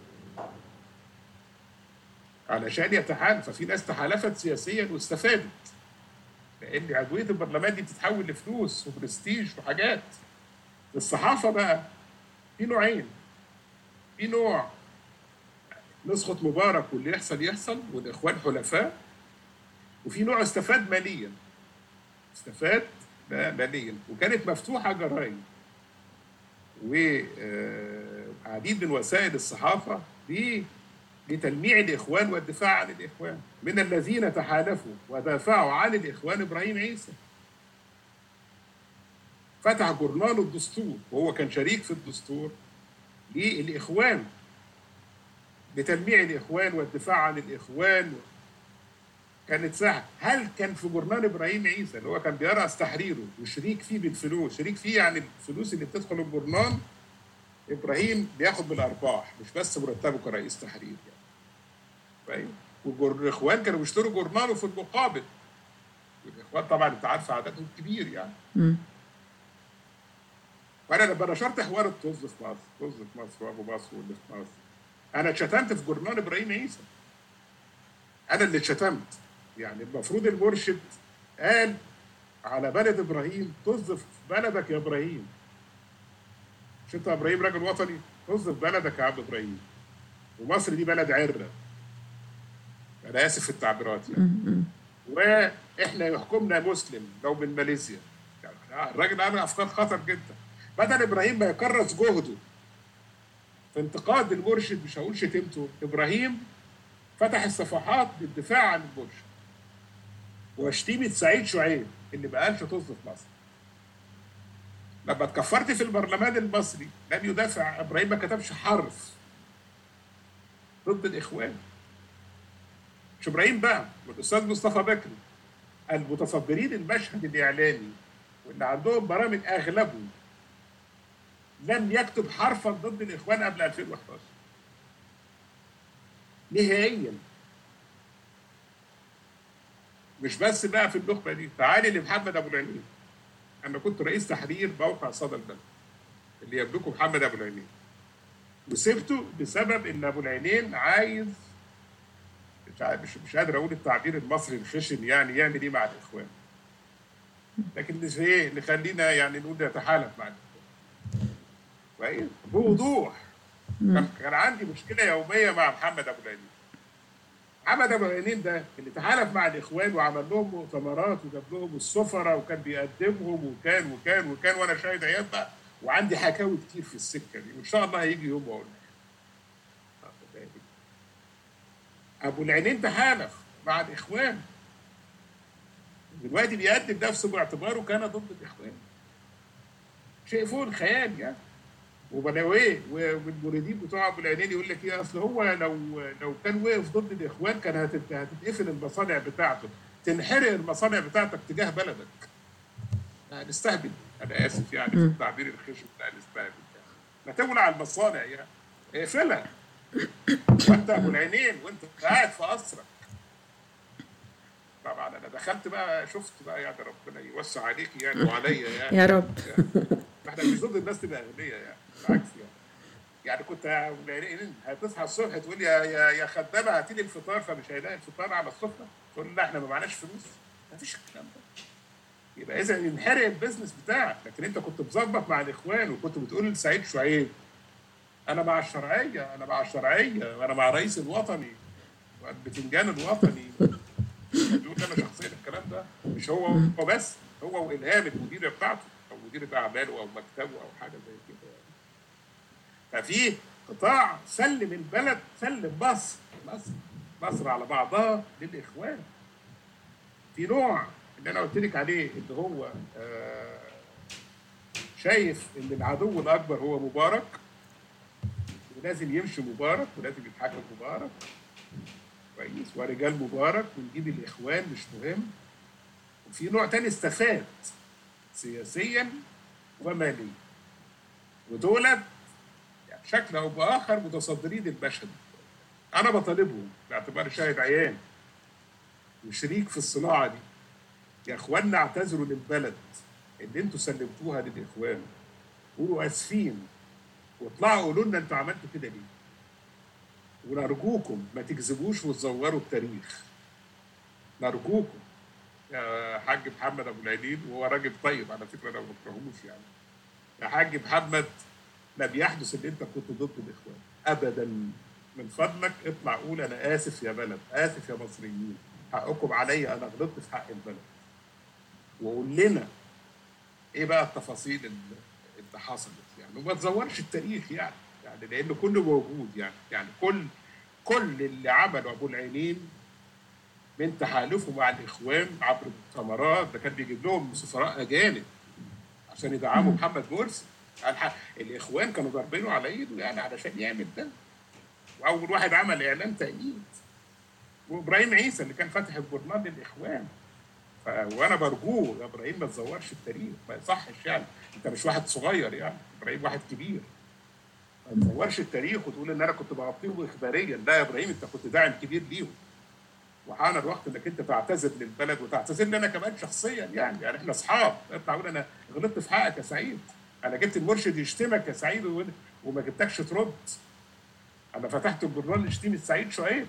B: علشان يتحالف. ففي ناس تحالفت سياسيا واستفادت لأن عضوية البرلمان دي بتتحول لفلوس وبرستيج وحاجات. الصحافه بقى في نوعين، في نوع نسخة مبارك واللي يحصل يحصل والاخوان حلفاء، وفي نوع استفاد ماليا، استفاد ماليا، وكانت مفتوحه جرائم وعديد من وسائل الصحافه لتلميع الاخوان والدفاع عن الاخوان. من الذين تحالفوا ودافعوا عن الاخوان ابراهيم عيسى، فتح جورنال الدستور وهو كان شريك في الدستور للاخوان، لتلميع الاخوان والدفاع عن الاخوان. كانت ساعه، هل كان في جورنال ابراهيم عيسى اللي هو كان بيرأس تحريره وشريك فيه بالفلوس، شريك فيه يعني الفلوس اللي بتدخل الجورنال ابراهيم بياخد بالارباح، مش بس مرتبه كرئيس تحرير يعني. والاخوان كانوا بيشتروا جورناله في المقابل، والاخوان طبعا انت عارف عددهم كبير يعني. وانا لما نشرت حوار الطز في مصر، طز في مصر وابو مصر واللي في مصر، انا اتشتمت في جورنال ابراهيم عيسى، انا اللي اتشتمت. يعني المفروض المرشد قال على بلد ابراهيم طز في بلدك يا ابراهيم، مش انت يا ابراهيم راجل وطني؟ طز في بلدك يا عبد ابراهيم، ومصر دي بلد عره، انا اسف في التعبيرات يعني. واحنا يحكمنا مسلم لو من ماليزيا، يعني الراجل عامل افكار خطر جدا. بدل ابراهيم ما يكرس جهده في انتقاد المرشد، مش هقول شتمته، ابراهيم فتح الصفحات للدفاع عن المرشد وشتيمه سعيد شعيب اللي ما قالش طز في مصر. لما اتكفرت في البرلمان المصري لم يدافع ابراهيم، ما كتبش حرف ضد الاخوان. مش ابراهيم بقى، والاستاذ مصطفى بكري المتصدرين المشهد الاعلامي واللي عندهم برامج اغلبهم لم يكتب حرفا ضد الاخوان قبل 2011 نهائيا. مش بس بقى في النخبه دي، تعالي لمحمد ابو العينين. انا كنت رئيس تحرير موقع صدى البلد اللي يملكه محمد ابو العينين، وسبته بسبب ان ابو العينين عايز، مش قادر اقول التعبير المصري الخشن، يعني يعمل ايه مع الاخوان، لكن ايه اللي خلينا يعني نقول يتحالف مع الاخوان كويس بوضوح. كان عندي مشكله يوميه مع محمد ابو العينين. محمد ابو العينين ده اللي تحالف مع الاخوان وعمل لهم مؤتمرات وجاب لهم السفراء وكان بيقدمهم وكان وكان وكان، وانا شاهد عيال بقى، وعندي حكاوي كتير في السكه دي، وان شاء الله هيجي يوم واقول لك. ابو العينين تحالف مع الاخوان، دلوقتي بيقدم نفسه باعتباره كان ضد الاخوان، شيء فوق الخيال يعني. وبلاويه والمريدين بتوع ابو العينين يقول لك ايه، اصل هو لو كان وقف ضد الاخوان كان هتتقفل المصانع بتاعته، تنحرق المصانع بتاعتك تجاه بلدك. نستهبل، انا اسف يعني في التعبير الخشن بتاع نستهبل يعني. ما تولع المصانع يعني، اقفلها. وانت ابو العينين وانت قاعد في قصرك. طبعا انا دخلت بقى شفت بقى، يعني ربنا يوسع عليك يعني وعليا يعني
A: يا رب.
B: احنا مش ضد الناس تبقى اغنياء يعني، بالعكس يعني كنت هتصحى الصبح تقول يا خدامه هاتي لي الفطار، فمش هيلاقي الفطار على السفره، تقول لا احنا ما معناش فلوس. ما فيش الكلام ده. يبقى اذا ينحرق البزنس بتاعك. لكن انت كنت مظبط مع الاخوان وكنت بتقول لسعيد شعيب انا مع الشرعيه، انا مع الشرعيه، وانا مع الرئيس الوطني والبتنجان الوطني. بيقول انا شخصيا الكلام ده مش هو بس، هو والهام المديره بتاعته او مديره اعماله او مكتبه او حاجه زي كده. ففي قطاع سلم البلد، سلم مصر على بعضها للاخوان. في نوع اللي انا قلت لك عليه اللي هو شايف ان العدو الاكبر هو مبارك ولازم يمشي مبارك ولازم يتحكم مبارك كويس ورجال مبارك ونجيب الاخوان مش مهم. وفي نوع تاني استفاد سياسيا وماليا، ودولت يعني بشكل او باخر متصدرين المشهد. انا بطالبهم باعتباري شاهد عيان وشريك في الصناعه دي، يا اخواننا اعتذروا للبلد اللي انتوا سلمتوها للاخوان، قولوا اسفين واطلعوا قولوا لنا انتوا عملتوا كده ليه. ونرجوكم ما تكذبوش وتزوروا التاريخ، نرجوكم يا حاج محمد ابو العينين، وهو راجل طيب على فكره انا ما بكرهوش يعني، يا حاج محمد لم يحدث ان انت كنت ضد الاخوان ابدا. من فضلك اطلع قول انا اسف يا بلد، اسف يا مصريين، حقكم عليا، انا غلطت في حق البلد. وقول لنا ايه بقى التفاصيل اللي حصلت يعني، وما تزورش التاريخ يعني لان كله موجود يعني كل اللي عمله ابو العينين من تحالفه مع الاخوان عبر المؤتمرات، ده كان بيجيب لهم سفراء اجانب عشان يدعموا محمد مرسي. الاخوان كانوا ضاربينه على ايده يعني علشان يعمل ده. واول واحد عمل اعلان تأييد وابراهيم عيسى اللي كان فاتح الجورنال للاخوان. وانا برجوه يا ابراهيم ما تزورش التاريخ، ما يصحش يعني، انت مش واحد صغير يعني، ابراهيم واحد كبير. ما تزورش التاريخ وتقول ان انا كنت بغطيه اخباريا. لا يا ابراهيم، انت كنت داعم كبير ليهم، وحان الوقت انك انت تعتذر للبلد وتعتذر لي انا كمان شخصيا يعني احنا اصحاب. اطلع قول انا غلطت في حقك يا سعيد، انا جبت المرشد يشتمك يا سعيد وما جبتكش ترد، انا فتحت الجورنال يشتم السعيد شعيب.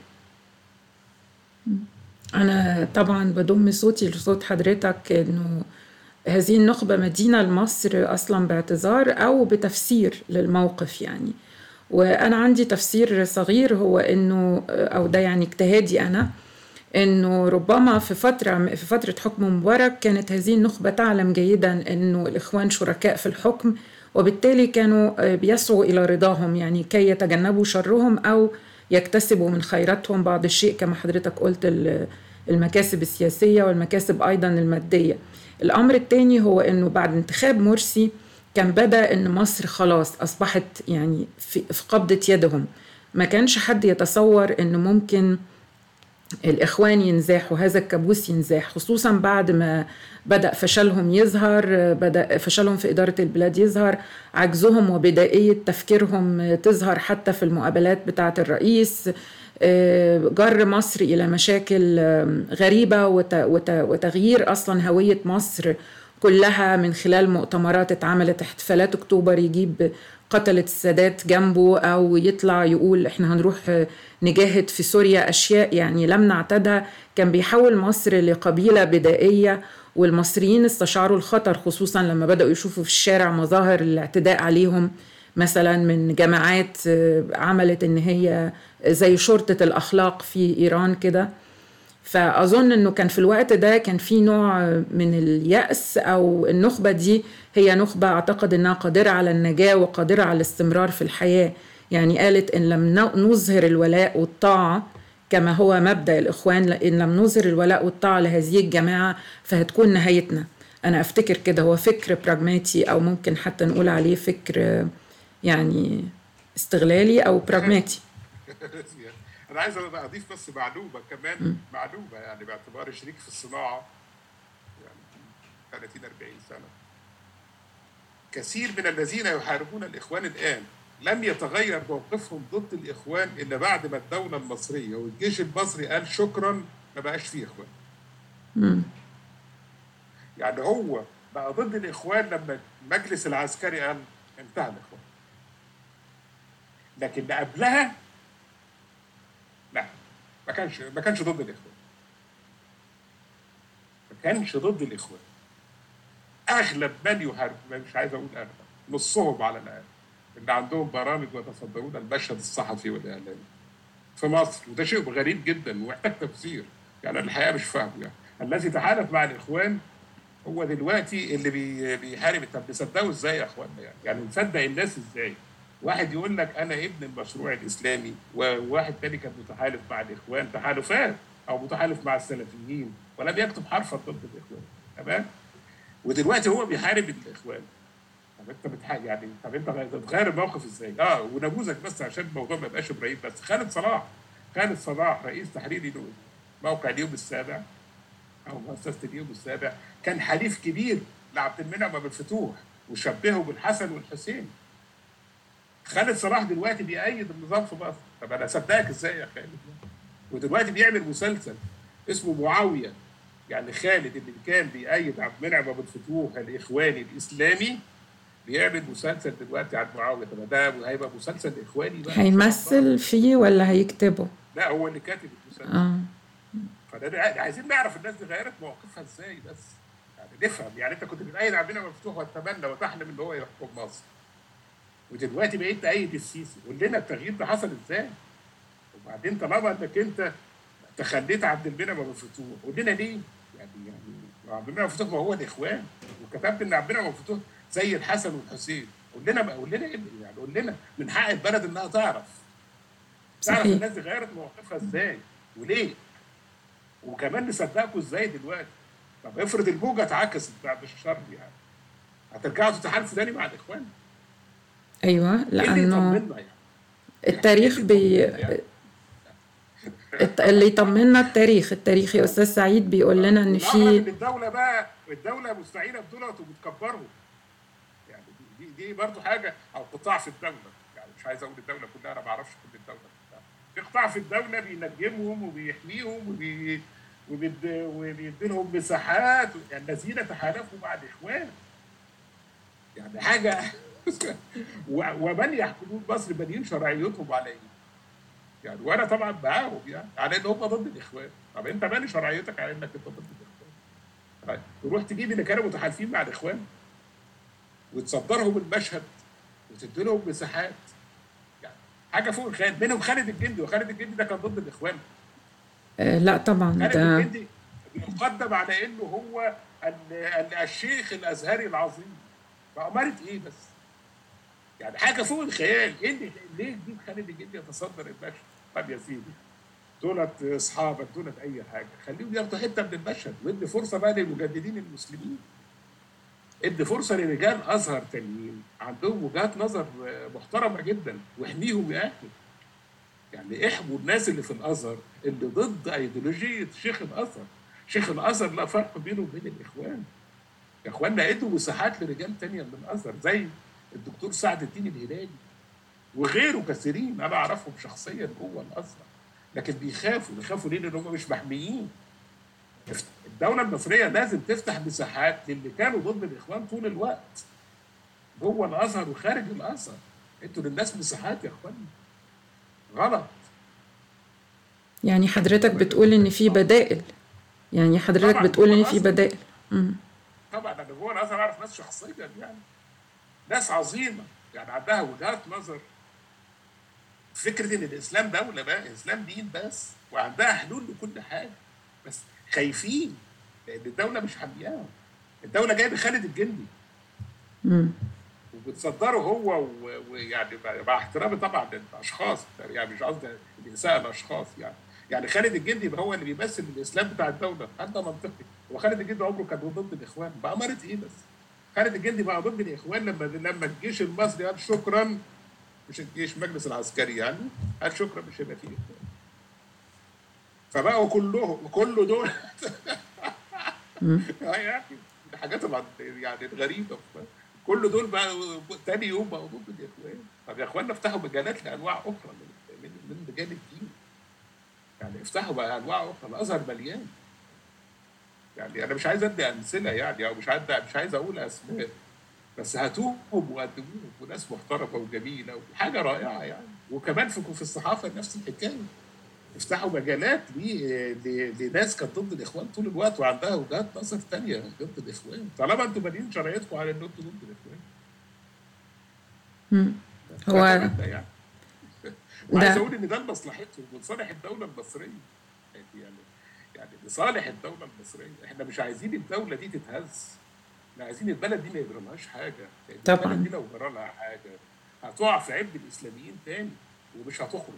A: أنا طبعا بضم صوتي لصوت حضرتك إنه هذه النخبة مدينة لمصر أصلا باعتذار أو بتفسير للموقف يعني. وأنا عندي تفسير صغير، هو إنه أو ده يعني اجتهادي أنا، إنه ربما في فترة حكم مبارك كانت هذه النخبة تعلم جيدا إنه الإخوان شركاء في الحكم، وبالتالي كانوا بيسعوا إلى رضاهم يعني كي يتجنبوا شرهم أو يكتسبوا من خيراتهم بعض الشيء كما حضرتك قلت، المكاسب السياسية والمكاسب أيضا المادية. الأمر الثاني هو إنه بعد انتخاب مرسي كان بدأ إن مصر خلاص أصبحت يعني في قبضة يدهم. ما كانش حد يتصور إنه ممكن الإخوان ينزاحوا، هذا الكابوس ينزاح، خصوصا بعد ما بدأ فشلهم يظهر، بدأ فشلهم في إدارة البلاد يظهر، عجزهم وبدائية تفكيرهم تظهر حتى في المقابلات بتاعة الرئيس، جر مصر إلى مشاكل غريبة وتغيير أصلا هوية مصر كلها من خلال مؤتمرات اتعملت، احتفالات أكتوبر يجيب قتلة السادات جنبه أو يطلع يقول إحنا هنروح نجاهد في سوريا، أشياء يعني لم نعتدها. كان بيحول مصر لقبيلة بدائية، والمصريين استشعروا الخطر خصوصا لما بدأوا يشوفوا في الشارع مظاهر الاعتداء عليهم، مثلا من جماعات عملت إن هي زي شرطة الأخلاق في إيران كده. فأظن أنه كان في الوقت ده كان في نوع من اليأس، أو النخبة دي هي نخبة أعتقد أنها قادرة على النجاة وقادرة على الاستمرار في الحياة. يعني قالت إن لم نظهر الولاء والطاعة كما هو مبدأ الإخوان، إن لم نظهر الولاء والطاعة لهذه الجماعة فهتكون نهايتنا. أنا أفتكر كده، هو فكر براغماتي أو ممكن حتى نقول عليه فكر يعني استغلالي أو براغماتي.
B: أنا عايز أضيف بس معلومة كمان، معلومة يعني باعتباري شريك في الصناعة يعني 30-40 سنة. كثير من الذين يحاربون الإخوان الآن لم يتغير موقفهم ضد الإخوان إلا بعد ما الدولة المصرية والجيش المصري قال شكرا ما بقاش فيه إخوان. يعني هو بقى ضد الإخوان لما المجلس العسكري قال انتهى الإخوان، لكن اللي قبلها لا، ما كانش ضد الإخوان، ما كانش ضد الإخوان. أغلب من يحارب، مش عايز أقول أغلب، نصهم على الأقل اللي عندهم برامج ويتصدرون المشهد الصحفي والإعلامي في مصر، وده شيء غريب جدا ومحتاج تفسير يعني الحقيقة مش فاهمه. يعني الذي تحالف مع الإخوان هو دلوقتي اللي بيحارب. طب نصدقه ازاي يا اخوانا؟ يعني نصدق الناس ازاي؟ واحد يقول لك انا ابن المشروع الاسلامي، وواحد تاني كان متحالف مع الاخوان تحالفات او متحالف مع السلفيين ولم يكتب حرفا ضد الاخوان، تمام؟ ودلوقتي هو بيحارب الاخوان. طب انت يعني طب انت بتغير الموقف ازاي؟ ونموذج بس عشان الموضوع ما يبقاش ابراهيم بس، خالد صلاح رئيس تحريري موقع اليوم السابع أو مؤسسة اليوم السابع، كان حليف كبير لعبد المنعم أبو الفتوح وشبهه بالحسن والحسين. خالد صلاح دلوقتي بيأيد النظام في مصر. طب أنا أصدقك إزاي يا خالد؟ ودلوقتي بيعمل مسلسل اسمه معاوية، يعني خالد اللي كان بيأيد عبد المنعم أبو الفتوح الإخواني الإسلامي بيعمل مسلسل دلوقتي عن معاوية. طب ده هيبقى مسلسل إخواني بقى،
A: هيمثل فيه ولا هيكتبه؟
B: لا، هو اللي كاتب المسلسل. فده عايزين نعرف الناس دي غيرت مواقفها ازاي بس. يعني نفهم يعني. انت كنت بتأيد عبد المنعم مفتوح واتمنى وتحلم ان هو يحكم مصر، ودلوقتي بقيت تأيد السيسي. قول لنا التغيير ده حصل ازاي؟ وبعدين طالما انك انت تخليت عبد المنعم مفتوح، قول لنا ليه؟ يعني عبد المنعم مفتوح ما هو الاخوان، وكتبت ان عبد المنعم مفتوح زي الحسن والحسين. قول لنا ايه يعني؟ قول لنا من حق البلد انها تعرف
A: صحيح.
B: الناس دي غيرت مواقفها ازاي وليه، وكمان نصدقكم ازاي دلوقتي. طب افرض الموجه اتعكست بعد الشر، يعني هترجعوا تتحالفوا تاني مع الاخوان؟
A: ايوه،
B: ايه اللي
A: لانه
B: يطمنا يعني؟ ايه
A: التاريخ
B: اللي يطمنا يعني؟
A: اللي يطمنا التاريخ يا استاذ سعيد بيقول لنا ان
B: والاغرب ان
A: في
B: الدوله مستعينه بدولت وبتكبرهم. يعني دي برضه حاجه، او قطاع في الدوله، يعني مش عايز اقول الدوله كلها، انا ما اعرفش كل الدوله كلها. في قطاع في الدوله بينجمهم وبيحميهم وبيدي لهم مساحات، يعني الذين تحالفوا مع الاخوان، يعني حاجه ومن يحكمون مصر بنين شرعيتهم على ايه؟ يعني وانا طبعا معاهم، يعني على ان هم ضد الاخوان. طب انت مالي شرعيتك على انك انت ضد الاخوان؟ طيب تروح تجيب اللي كانوا متحالفين مع الاخوان وتصدرهم المشهد وتدي لهم مساحات، يعني حاجه فوق الخيال. منهم خالد الجندي، وخالد الجندي ده كان ضد الاخوان.
A: لا طبعا
B: خالد
A: ده
B: الجندي يقدم على انه هو الشيخ الازهري العظيم. بأمارة ايه بس؟ يعني حاجه فوق الخيال. ايه ليه تجيب خالد الجندي يتصدر المشهد؟ طب يا سيدي، دولت اصحابك، دولت اي حاجه، خليهم ياخدوا حته من المشهد، وادي فرصه بقى للمجددين المسلمين. ادي فرصه لرجال ازهر تانيين عندهم وجهات نظر محترمه جدا، واحميهم يا اخي. يعني احموا الناس اللي في الازهر اللي ضد ايديولوجيه شيخ الازهر. شيخ الازهر لا فرق بينه وبين الاخوان. يا اخوانا ادوا مساحات لرجال تانيه من الازهر زي الدكتور سعد الدين الهلالي وغيره كثيرين انا اعرفهم شخصيا جوه الازهر، لكن بيخافوا ليه؟ لان هم مش محميين. الدوله المصريه لازم تفتح مساحات للي كانوا ضد الاخوان طول الوقت جوه الازهر وخارج الازهر. انتوا للناس مساحات يا اخوانا، غلط.
A: يعني حضرتك بتقول ان في بدائل، يعني حضرتك
B: طبعا
A: بتقول
B: جوه
A: ان في
B: الازهر،
A: بدائل.
B: طبعا انا جوه الازهر اعرف ناس شخصيا، يعني ناس عظيمه، يعني عندها وجهات نظر. فكره ان الاسلام دوله بقى، الاسلام دين بس، وعندها حلول لكل حاجه، بس خايفين لان الدوله مش حامياهم. الدوله جايبه خالد الجندي وبتصدره هو، ويعني مع احترامي طبعا للاشخاص، يعني مش قصدي الاساءه للاشخاص، يعني خالد الجندي يبقى هو اللي بيمثل الاسلام بتاع الدوله، هذا منطقي. وخالد الجندي عمره كان ضد الاخوان بأمارة ايه بس؟ خالد الجندي بقى ضد الاخوان لما الجيش المصري قال شكرا، مش الجيش، مجلس العسكري يعني، قال شكرا مش هيبقى فيه اخوان. فبقوا كل دول يعني الحاجات يعني الغريبه. كل دول بقى تاني يوم بقوا ضد الاخوان. طب يا اخوانا افتحوا مجالات لانواع اخرى من مجال الدين، يعني افتحوا بقى انواع اخرى. الازهر مليان. يعني انا مش عايز ادي امثله يعني، او مش عايز اقول اسماء، بس هاتوهم وقدموهم، وناس محترمه وجميله وحاجه رائعه يعني. وكمان في الصحافه نفس الحكايه، افتحوا مجالات لناس كانت ضد الاخوان طول الوقت وعندها وجهات نظر ثانيه ضد الاخوان، طالما انتم بانيين شرايطكم على ان انتم ضد الاخوان.
A: هو
B: اتمنى يعني وعايز
A: ده
B: اقول ان ده لمصلحتهم ولصالح الدوله المصريه، يعني لصالح الدوله المصريه. احنا مش عايزين الدوله دي تتهز، احنا عايزين البلد دي ما يجرالهاش حاجه، لان البلد
A: طبعا،
B: دي لو جرى لها حاجه هتقع في عبء الاسلاميين تاني ومش هتخرج.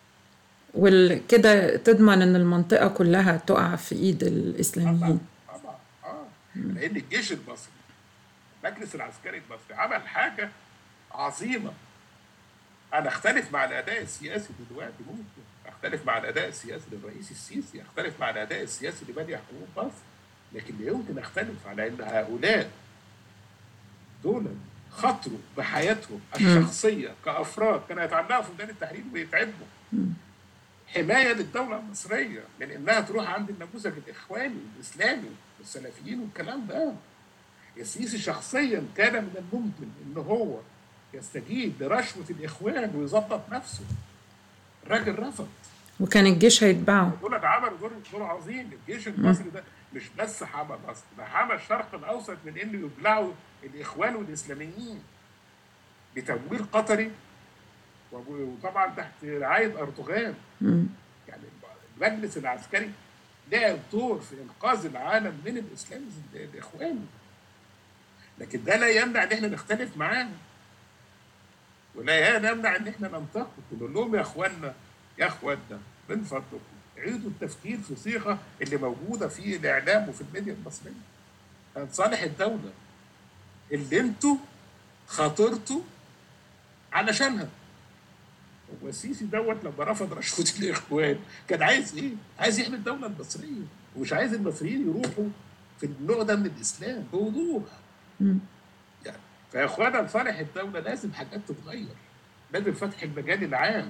A: وكده تضمن ان المنطقة كلها تقع في ايد
B: طبعا
A: الاسلاميين.
B: طبعا لان الجيش المصري، المجلس العسكري المصري عمل حاجه عظيمه. انا اختلف مع الاداء السياسي دلوقتي، ممكن اختلف مع الاداء السياسي للرئيس السيسي، اختلف مع الاداء السياسي لمن يحكمون مصر، لكن لا يمكن اختلف على ان هؤلاء دول خطروا بحياتهم الشخصيه كافراد كانوا يتعلقوا في ميدان التحرير ويتعبوا حمايه للدوله المصريه من انها تروح عند النموذج الاخواني الاسلامي والسلفيين والكلام ده. السيسي شخصيا كان من الممكن ان هو يستجيب لرشوه الاخوان ويظبط نفسه، الراجل رفض.
A: وكان الجيش هيتبعه.
B: دول عملوا دور عظيم. الجيش المصري ده مش بس حمى مصر، ده حمى الشرق الاوسط من انه يبلعوا الاخوان والاسلاميين بتمويل قطري، وطبعا تحت رعايه اردوغان. يعني المجلس العسكري لعب دور في انقاذ العالم من الاسلام الاخواني، لكن ده لا يمنع ان احنا نختلف معاهم، ولا يمنع ان احنا ننتقد ونقول لهم يا اخواننا من فضلكم عيدوا التفكير في صيغه اللي موجوده في الاعلام وفي الميديا المصريه عن صالح الدوله اللي انتوا خاطرتوا علشانها. هو السيسي لما رفض رشوه الاخوان كان عايز ايه؟ عايز يحمي الدوله المصريه، ومش عايز المصريين يروحوا في النوع ده من الاسلام بوضوح. يعني فيا اخوانا لصالح الدوله لازم حاجات تتغير، لازم فتح المجال العام،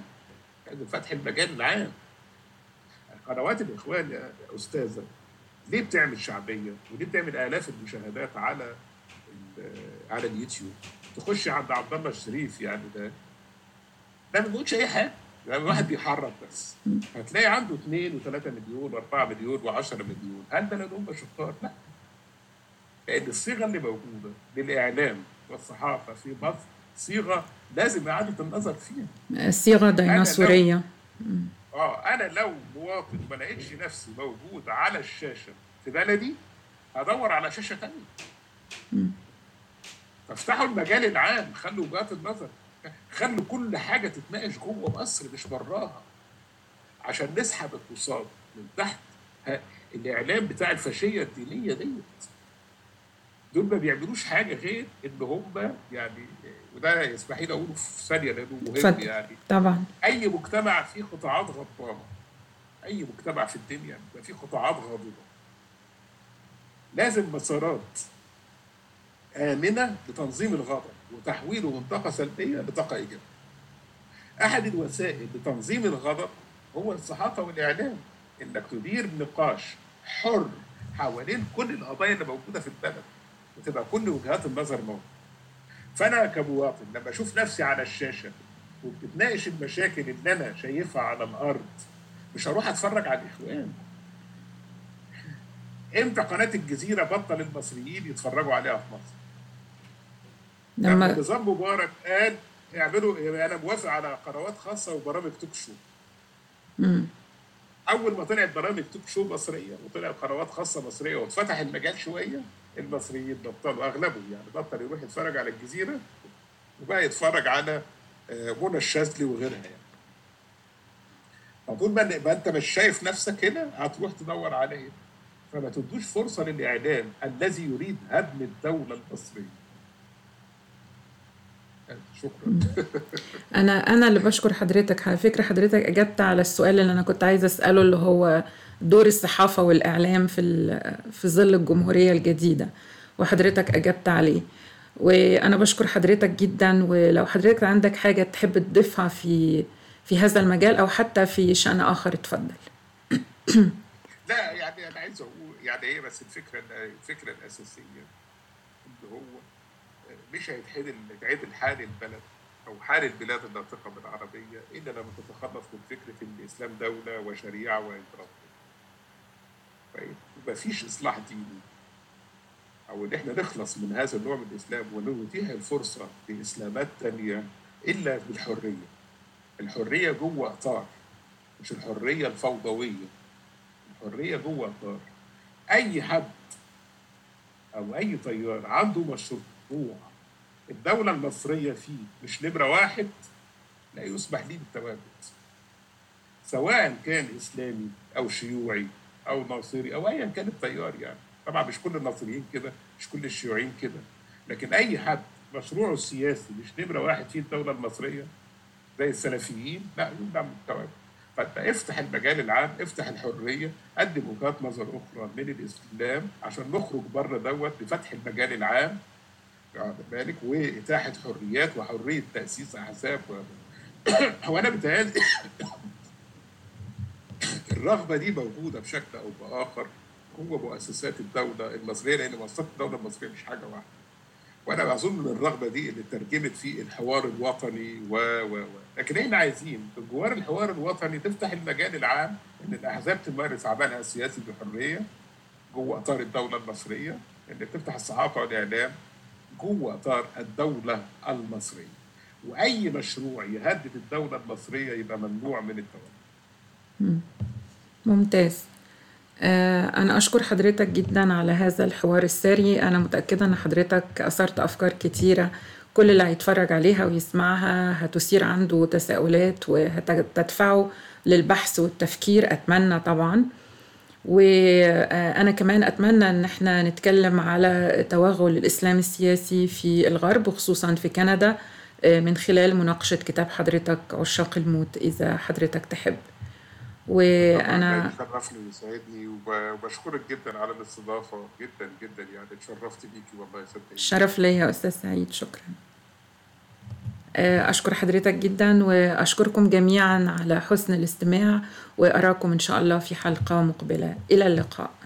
B: قنوات الاخوان يا استاذه ليه بتعمل شعبيه وليه بتعمل الاف المشاهدات على اليوتيوب؟ تخش عند عبد الله الشريف يعني ده ما بيقولش اي حاجه، يعني واحد بيحرك بس، هتلاقي عنده 2 و3 مليون و4 مليون و10 مليون. هل ده لانهم شطار؟ لا، لان الصيغه اللي موجوده للاعلام والصحافه في مصر صيغه لازم اعاده النظر فيها،
A: صيغه ديناصوريه.
B: انا لو مواطن ما لقيتش نفسي موجود على الشاشه في بلدي هدور على شاشه ثانيه. فافتحوا المجال العام، خلوا وجهات النظر، خلوا كل حاجه تتناقش جوه مصر مش براها، عشان نسحب اقتصاد من تحت الاعلام بتاع الفاشيه الدينيه ديت. دول ما بيعملوش حاجه غير ان هم يعني، وده يسمحي لي اقوله في ثانيه لانه مهم يعني.
A: طبعا
B: اي مجتمع فيه قطاعات غضبانه، اي مجتمع في الدنيا بيبقى فيه قطاعات غاضبه، لازم مسارات امنه لتنظيم الغضب وتحويله من طاقه سلبيه لطاقه ايجابيه. احد الوسائل لتنظيم الغضب هو الصحافه والاعلام، انك تدير نقاش حر حوالين كل القضايا اللي موجوده في البلد وتبقى كل وجهات النظر موجوده. فانا كمواطن لما اشوف نفسي على الشاشه وبتناقش المشاكل اللي انا شايفها على الارض، مش هروح اتفرج على الاخوان. امتى قناه الجزيره بطل المصريين يتفرجوا عليها في مصر؟ لما نظام مبارك قال اعملوا، انا موافق على قنوات خاصه وبرامج توك شو. اول ما طلعت برامج توك شو مصريه وطلعت قنوات خاصه مصريه واتفتح المجال شويه، المصريين بطلوا اغلبهم يعني بطل يروح يتفرج على الجزيره وبقى يتفرج على منى الشاذلي وغيرها يعني. فطول ما انت مش شايف نفسك هنا هتروح تدور على ايه؟ فما تدوش فرصه للاعلام الذي يريد هدم الدوله المصريه. شكرا.
A: انا اللي بشكر حضرتك. على فكره حضرتك اجبت على السؤال اللي انا كنت عايزه اساله، اللي هو دور الصحافه والاعلام في ظل الجمهوريه الجديده، وحضرتك اجبت عليه، وانا بشكر حضرتك جدا. ولو حضرتك عندك حاجه تحب تضيفها في هذا المجال او حتى في شأن اخر اتفضل.
B: لا يعني انا عايز اقول يعني ايه، بس الفكره الاساسيه اللي هو مش هيتعدل حال البلد او حال البلاد الناطقه بالعربيه الا لما تتخلص من فكره ان الاسلام دوله وشريعه وامبراطوريه. طيب مفيش اصلاح ديني او ان احنا نخلص من هذا النوع من الاسلام ونتيح الفرصه لاسلامات ثانيه الا بالحريه. الحريه جوه اطار، مش الحريه الفوضويه، الحريه جوه اطار. اي حد او اي تيار عنده مشروع الدولة المصرية فيه مش نمرة 1 لا يسمح ليه بالتواجد، سواء كان إسلامي أو شيوعي أو ناصري أو أيا كان التيار. يعني طبعا مش كل الناصريين كده، مش كل الشيوعيين كده، لكن أي حد مشروعه السياسي مش نمرة 1 فيه الدولة المصرية زي السلفيين لا يمنع من التواجد. فأنت افتح المجال العام، افتح الحرية، قدم وجهات نظر أخرى من الإسلام عشان نخرج بره دوت لفتح المجال العام بالك وإتاحة حريات وحرية تأسيس أحزاب. هو أنا بتهيألي الرغبة دي موجودة بشكل أو بآخر جوه مؤسسات الدولة المصرية، لأن مؤسسات الدولة المصرية مش حاجة واحدة. وأنا أظن إن الرغبة دي اللي ترجمت في الحوار الوطني لكن إحنا عايزين جوار الحوار الوطني تفتح المجال العام إن الأحزاب تمارس عملها السياسي بحرية، جوه اطار الدوله المصريه، انك تفتح الصحافه والاعلام جوه اطار الدوله المصريه، واي مشروع يهدد الدوله المصريه يبقى ممنوع من التوجه.
A: ممتاز. أنا أشكر حضرتك جدا على هذا الحوار السري. أنا متأكدة أن حضرتك أثرت أفكار كتيرة، كل اللي هيتفرج عليها ويسمعها هتثير عنده تساؤلات وهتدفعه للبحث والتفكير، أتمنى طبعا. وأنا كمان أتمنى أن احنا نتكلم على توغل الإسلام السياسي في الغرب وخصوصا في كندا من خلال مناقشة كتاب حضرتك عشاق الموت، إذا حضرتك تحب.
B: وأنا
A: وأنا
B: شرفني ويسعدني، وبشكرك جدا على الاستضافة، جدا جدا يعني، اتشرفت بيكي والله، صدقيني.
A: الشرف ليا يا أستاذ سعيد، شكرا. أشكر حضرتك جدا، وأشكركم جميعا على حسن الاستماع، وأراكم إن شاء الله في حلقة مقبلة. إلى اللقاء.